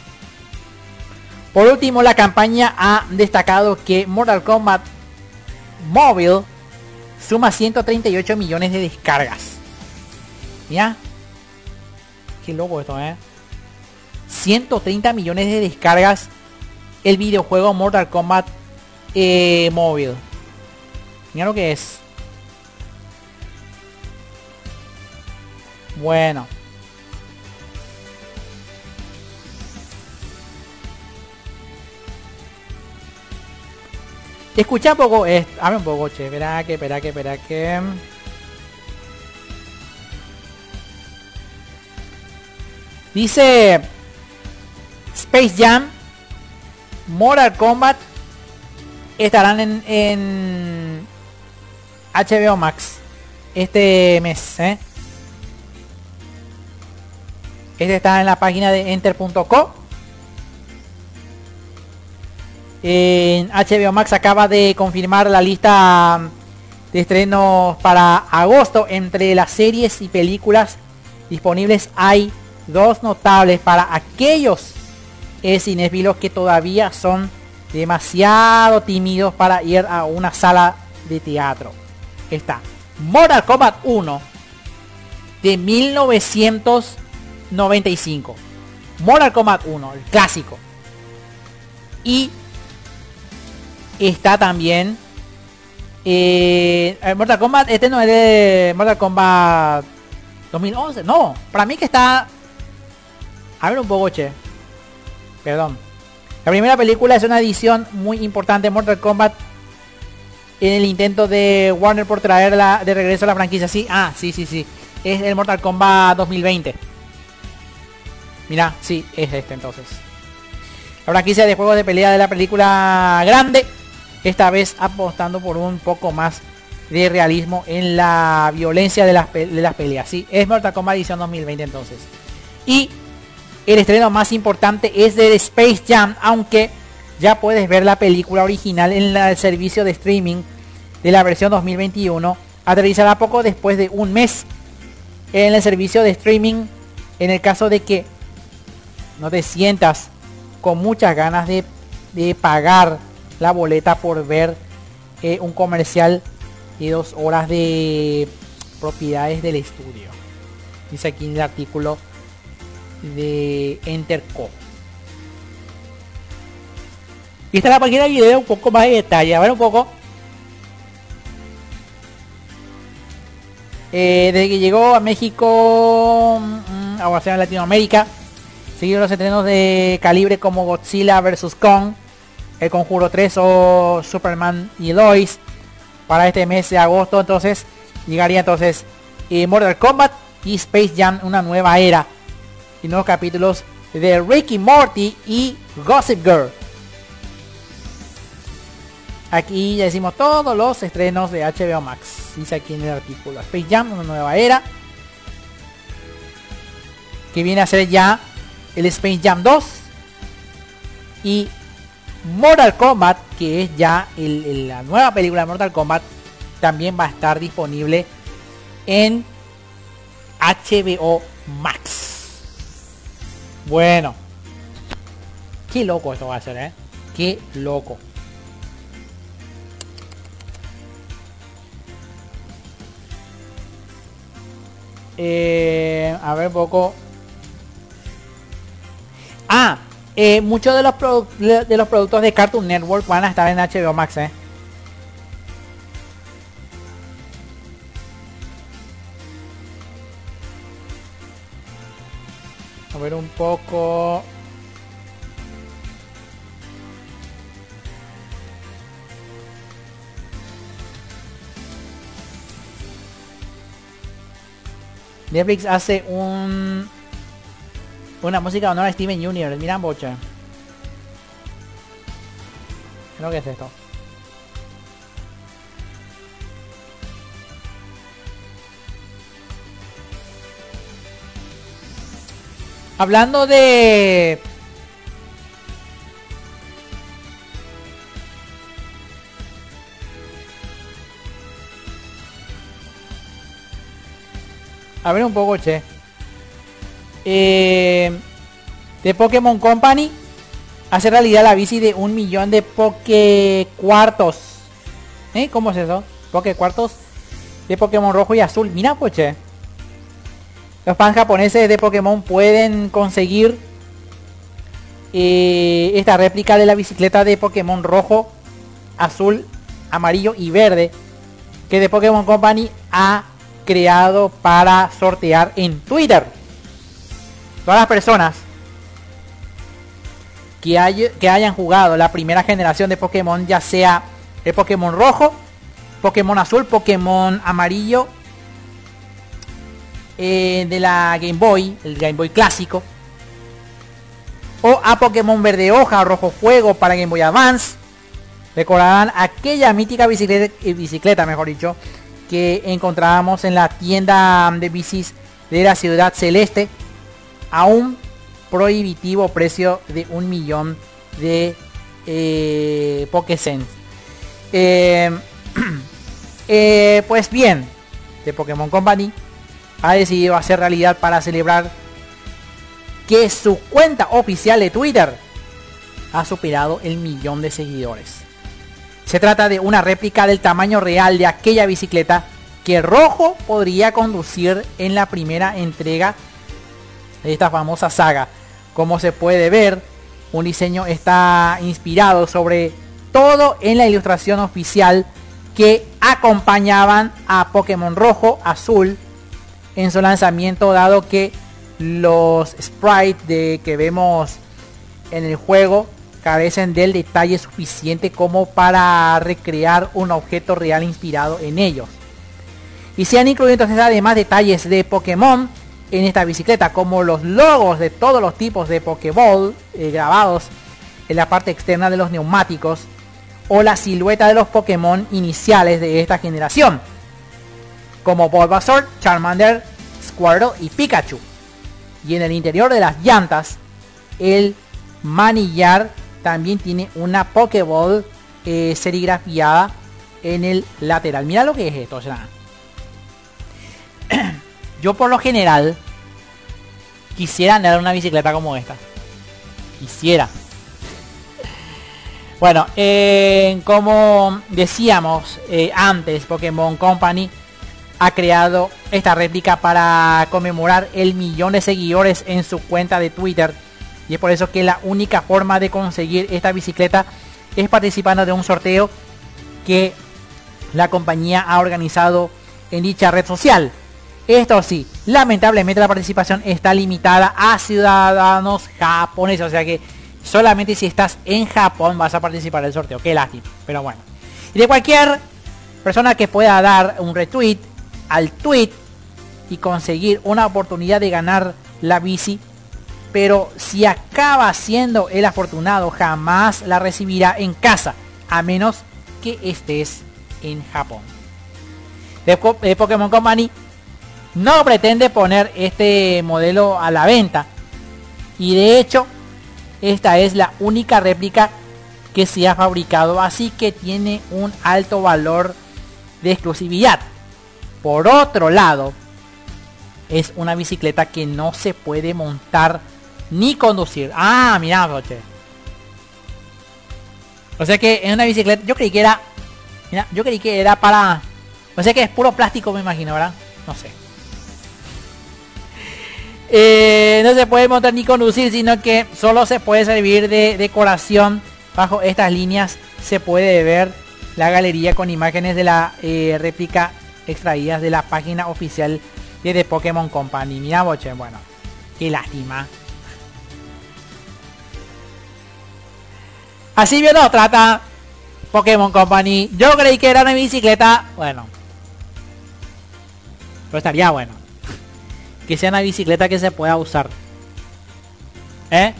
Por último, la campaña ha destacado que Mortal Kombat Mobile suma ciento treinta y ocho millones de descargas. ¿Ya? Qué loco esto, ¿eh? ciento treinta millones de descargas el videojuego Mortal Kombat eh, Mobile. Mira lo que es. Bueno. Escucha un poco esto. Habla un poco, che. Espera que, espera que, espera que. Dice Space Jam, Mortal Kombat estarán en, en H B O Max este mes, ¿eh? Este está en la página de enter punto co. En H B O Max acaba de confirmar la lista de estrenos para agosto. Entre las series y películas disponibles hay dos notables para aquellos eh, cinéfilos que todavía son demasiado tímidos para ir a una sala de teatro. Está Mortal Kombat uno de mil novecientos noventa y cinco. Mortal Kombat uno, el clásico. Y está también eh, Mortal Kombat, este no es de Mortal Kombat dos mil once, no, para mí que está, a ver un poco, che, perdón. La primera película es una edición muy importante de Mortal Kombat en el intento de Warner por traerla de regreso a la franquicia. Sí, ah, sí, sí, sí, es el Mortal Kombat dos mil veinte. Mira, sí, es este entonces. La franquicia de juegos de pelea de la película grande, esta vez apostando por un poco más de realismo en la violencia de las, pe de las peleas. Sí, es Mortal Kombat edición dos mil veinte entonces. Y el estreno más importante es de Space Jam, aunque ya puedes ver la película original en la, el servicio de streaming de la versión dos mil veintiuno. Aterrizará poco después de un mes en el servicio de streaming, en el caso de que no te sientas con muchas ganas de, de pagar la boleta por ver eh, un comercial de dos horas de propiedades del estudio. Dice aquí en el artículo de Enterco. Y esta es la página de video, un poco más de detalle. A ver un poco. Eh, desde que llegó a México, mmm, ahora sea en Latinoamérica, seguido los estrenos de calibre como Godzilla versus. Kong, El Conjuro tres o Superman y Lois para este mes de agosto. Entonces llegaría entonces eh, Mortal Kombat y Space Jam, una nueva era, y nuevos capítulos de Rick y Morty y Gossip Girl. Aquí ya decimos todos los estrenos de H B O Max. Dice aquí en el artículo Space Jam, una nueva era, que viene a ser ya el Space Jam dos, y Mortal Kombat, que es ya el, el, la nueva película de Mortal Kombat, también va a estar disponible en H B O Max. Bueno, qué loco esto va a ser, eh. Qué loco. Eh, a ver un poco. Ah, eh, muchos de los de los productos de Cartoon Network van a estar en H B O Max, eh. A ver un poco. Netflix hace un una música de honor a Steven junior Miran bocha. Creo que es esto. Hablando de A ver un poco, che. Eh, de Pokémon Company hace realidad la bici de un millón de Poké Cuartos. ¿Eh? ¿Cómo es eso? Poké Cuartos de Pokémon rojo y azul. Mira, pues, che. Los fans japoneses de Pokémon pueden conseguir eh, esta réplica de la bicicleta de Pokémon rojo, azul, amarillo y verde que de Pokémon Company ha creado para sortear en Twitter. Todas las personas que, hay, que hayan jugado la primera generación de Pokémon, ya sea el Pokémon rojo, Pokémon azul, Pokémon amarillo eh, de la Game Boy, el Game Boy clásico, o a Pokémon verde hoja o rojo fuego para Game Boy Advance, recordarán aquella mítica bicicleta, bicicleta mejor dicho, que encontrábamos en la tienda de bicis de la Ciudad Celeste a un prohibitivo precio de un millón de eh, Pokécents. Eh, eh, pues bien, The Pokémon Company ha decidido hacer realidad para celebrar que su cuenta oficial de Twitter ha superado el millón de seguidores. Se trata de una réplica del tamaño real de aquella bicicleta que Rojo podría conducir en la primera entrega de esta famosa saga. Como se puede ver, un diseño está inspirado sobre todo en la ilustración oficial que acompañaban a Pokémon Rojo Azul en su lanzamiento, dado que los sprites de que vemos en el juego carecen del detalle suficiente como para recrear un objeto real inspirado en ellos. Y se han incluido entonces además detalles de Pokémon en esta bicicleta, como los logos de todos los tipos de Pokéball eh, grabados en la parte externa de los neumáticos, o la silueta de los Pokémon iniciales de esta generación, como Bulbasaur, Charmander, Squirtle y Pikachu. Y en el interior de las llantas, el manillar también tiene una Pokéball eh, serigrafiada en el lateral. Mira lo que es esto, o sea, yo por lo general quisiera andar una bicicleta como esta. Quisiera. Bueno, eh, como decíamos eh, antes, Pokémon Company ha creado esta réplica para conmemorar el millón de seguidores en su cuenta de Twitter. Y es por eso que la única forma de conseguir esta bicicleta es participando de un sorteo que la compañía ha organizado en dicha red social. Esto sí, lamentablemente la participación está limitada a ciudadanos japoneses, o sea que solamente si estás en Japón vas a participar del sorteo. Qué lástima, pero bueno. Y de cualquier persona que pueda dar un retweet al tweet y conseguir una oportunidad de ganar la bici, pero si acaba siendo el afortunado, jamás la recibirá en casa, a menos que estés en Japón. De, de Pokémon Company no pretende poner este modelo a la venta, y de hecho esta es la única réplica que se ha fabricado, así que tiene un alto valor de exclusividad. Por otro lado, es una bicicleta que no se puede montar ni conducir. Ah, mira, coche. O sea que es una bicicleta, yo creí que era, mira, yo creí que era para, o sea que es puro plástico, me imagino, ¿verdad? No sé. Eh, no se puede montar ni conducir, sino que solo se puede servir de decoración. Bajo estas líneas se puede ver la galería con imágenes de la eh, réplica extraídas de la página oficial de The Pokémon Company. Mira, boche, bueno, qué lástima. Así bien nos trata Pokémon Company. Yo creí que era una bicicleta, bueno, pero estaría bueno que sea una bicicleta que se pueda usar. ¿Eh?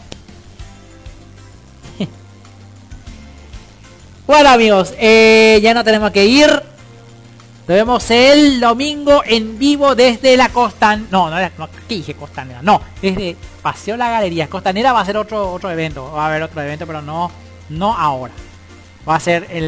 Bueno, amigos, eh, ya no tenemos que ir. Nos vemos el domingo en vivo desde la Costanera. No, no, no, ¿qué dije Costanera? No, desde Paseo La Galería. Costanera va a ser otro otro evento. Va a haber otro evento, pero no, no ahora. Va a ser el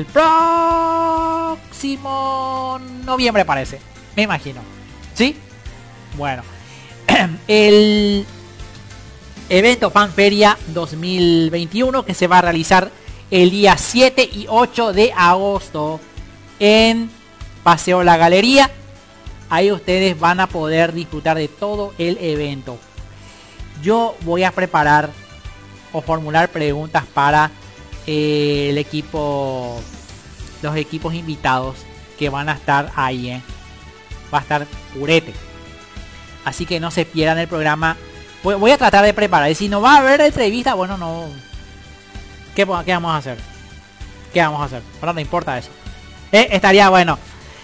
próximo noviembre, parece. Me imagino. ¿Sí? Bueno. El evento Fanferia dos mil veintiuno que se va a realizar el día siete y ocho de agosto en Paseo La Galería. Ahí ustedes van a poder disfrutar de todo el evento. Yo voy a preparar o formular preguntas para eh, el equipo, los equipos invitados que van a estar ahí, ¿eh? Va a estar purete. Así que no se pierdan el programa. Voy, voy a tratar de preparar. Y si no va a haber entrevista, bueno, no. ¿Qué, qué vamos a hacer? ¿Qué vamos a hacer? Ahora no importa eso. Eh, estaría bueno.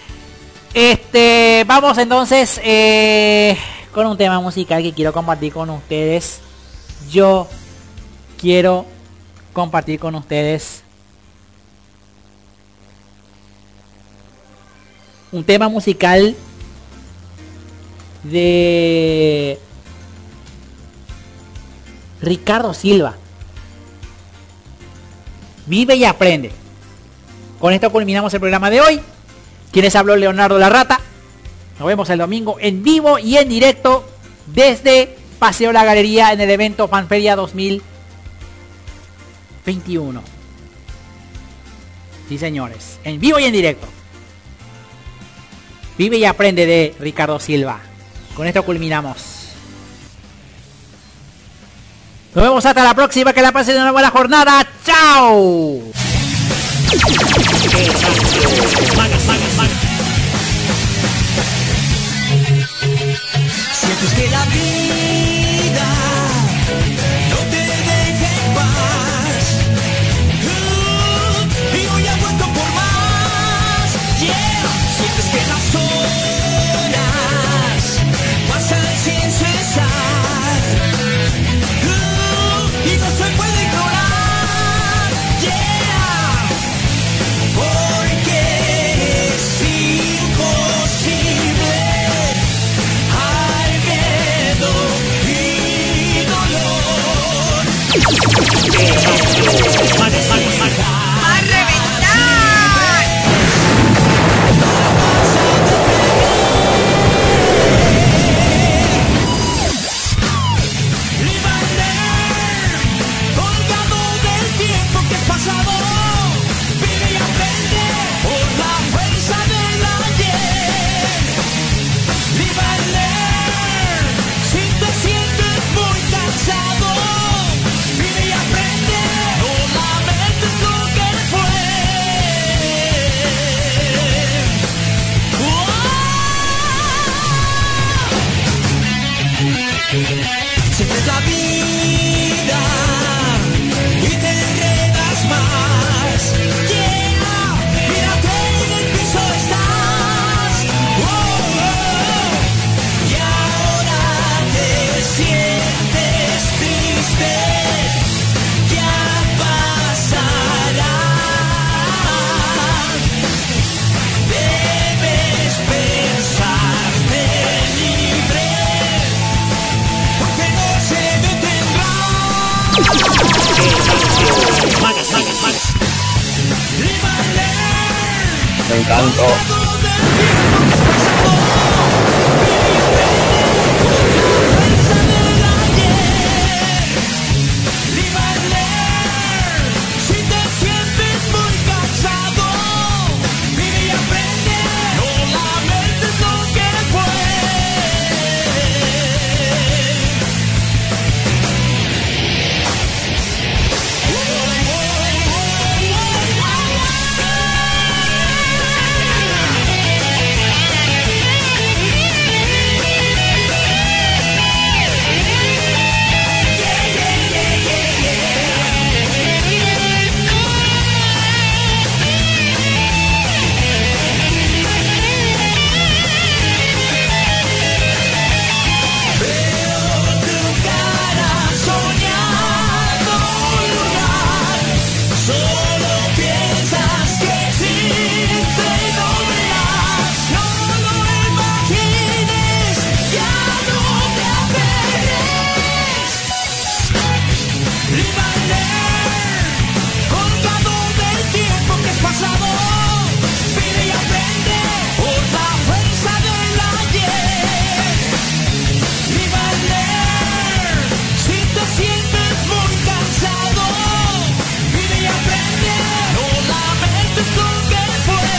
Este, vamos entonces eh, con un tema musical que quiero compartir con ustedes. Yo quiero compartir con ustedes un tema musical de Ricardo Silva. Vive y aprende. Con esto culminamos el programa de hoy. Quienes habló, Leonardo La Rata. Nos vemos el domingo en vivo y en directo desde Paseo La Galería en el evento Fanferia dos mil veintiuno. Sí, señores, en vivo y en directo. Vive y aprende de Ricardo Silva. Con esto culminamos. Nos vemos hasta la próxima. Que la pasen una buena jornada. ¡Chao! Sientes que la vida no te deja en paz. Uh, y hoy ha vuelto por más. Yeah. Sientes que las horas pasan sin cesar. Uh, y no se puede ignorar. Yeah. Porque es imposible. Hay miedo y dolor. ¡A reventar! Colgado del tiempo que es pasado, vive y aprende por la fuerza del ayer. Live and learn. Si te sientes muy cansado, vive y aprende. No lamentes lo que fue. Sientes la vida y te enredas más. Yeah, mírate en el piso estás. Oh, oh. Y ahora te sientes triste. Ya pasará. Debes pensarte libre, porque no se detendrá. Live and learn. Me encantó. Todo del tiempo que es pasado, vive y aprende por la fuerza del ayer. Live and learn. Si te sientes muy cansado, vive y aprende. No lamentes lo que fue. Veo tu cara soñando un lugar. Solo piensas que existe y no verás. No lo imagines, ya no te aferres. Live and learn. Colgado del tiempo que es pasado, vive y aprende por la fuerza del ayer. Live and learn. Si te sientes muy cansado, vive y aprende. No lamentes lo que fue.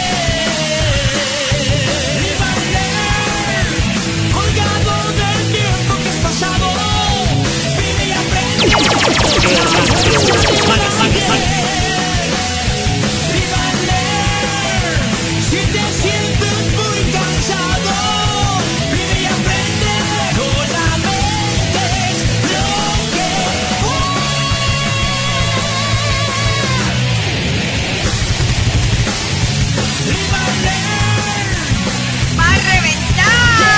Live and learn. Colgado del tiempo que es pasado, vive y aprende. La fuerza del ayer. Live and learn. Si te sientes muy cansado, vive y aprende. No lamentes lo que fue. Live and learn. ¡Va a reventar!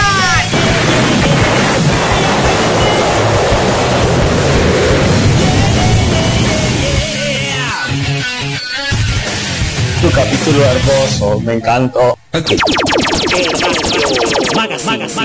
Tu capítulo hermoso, me encantó. Magas, magas,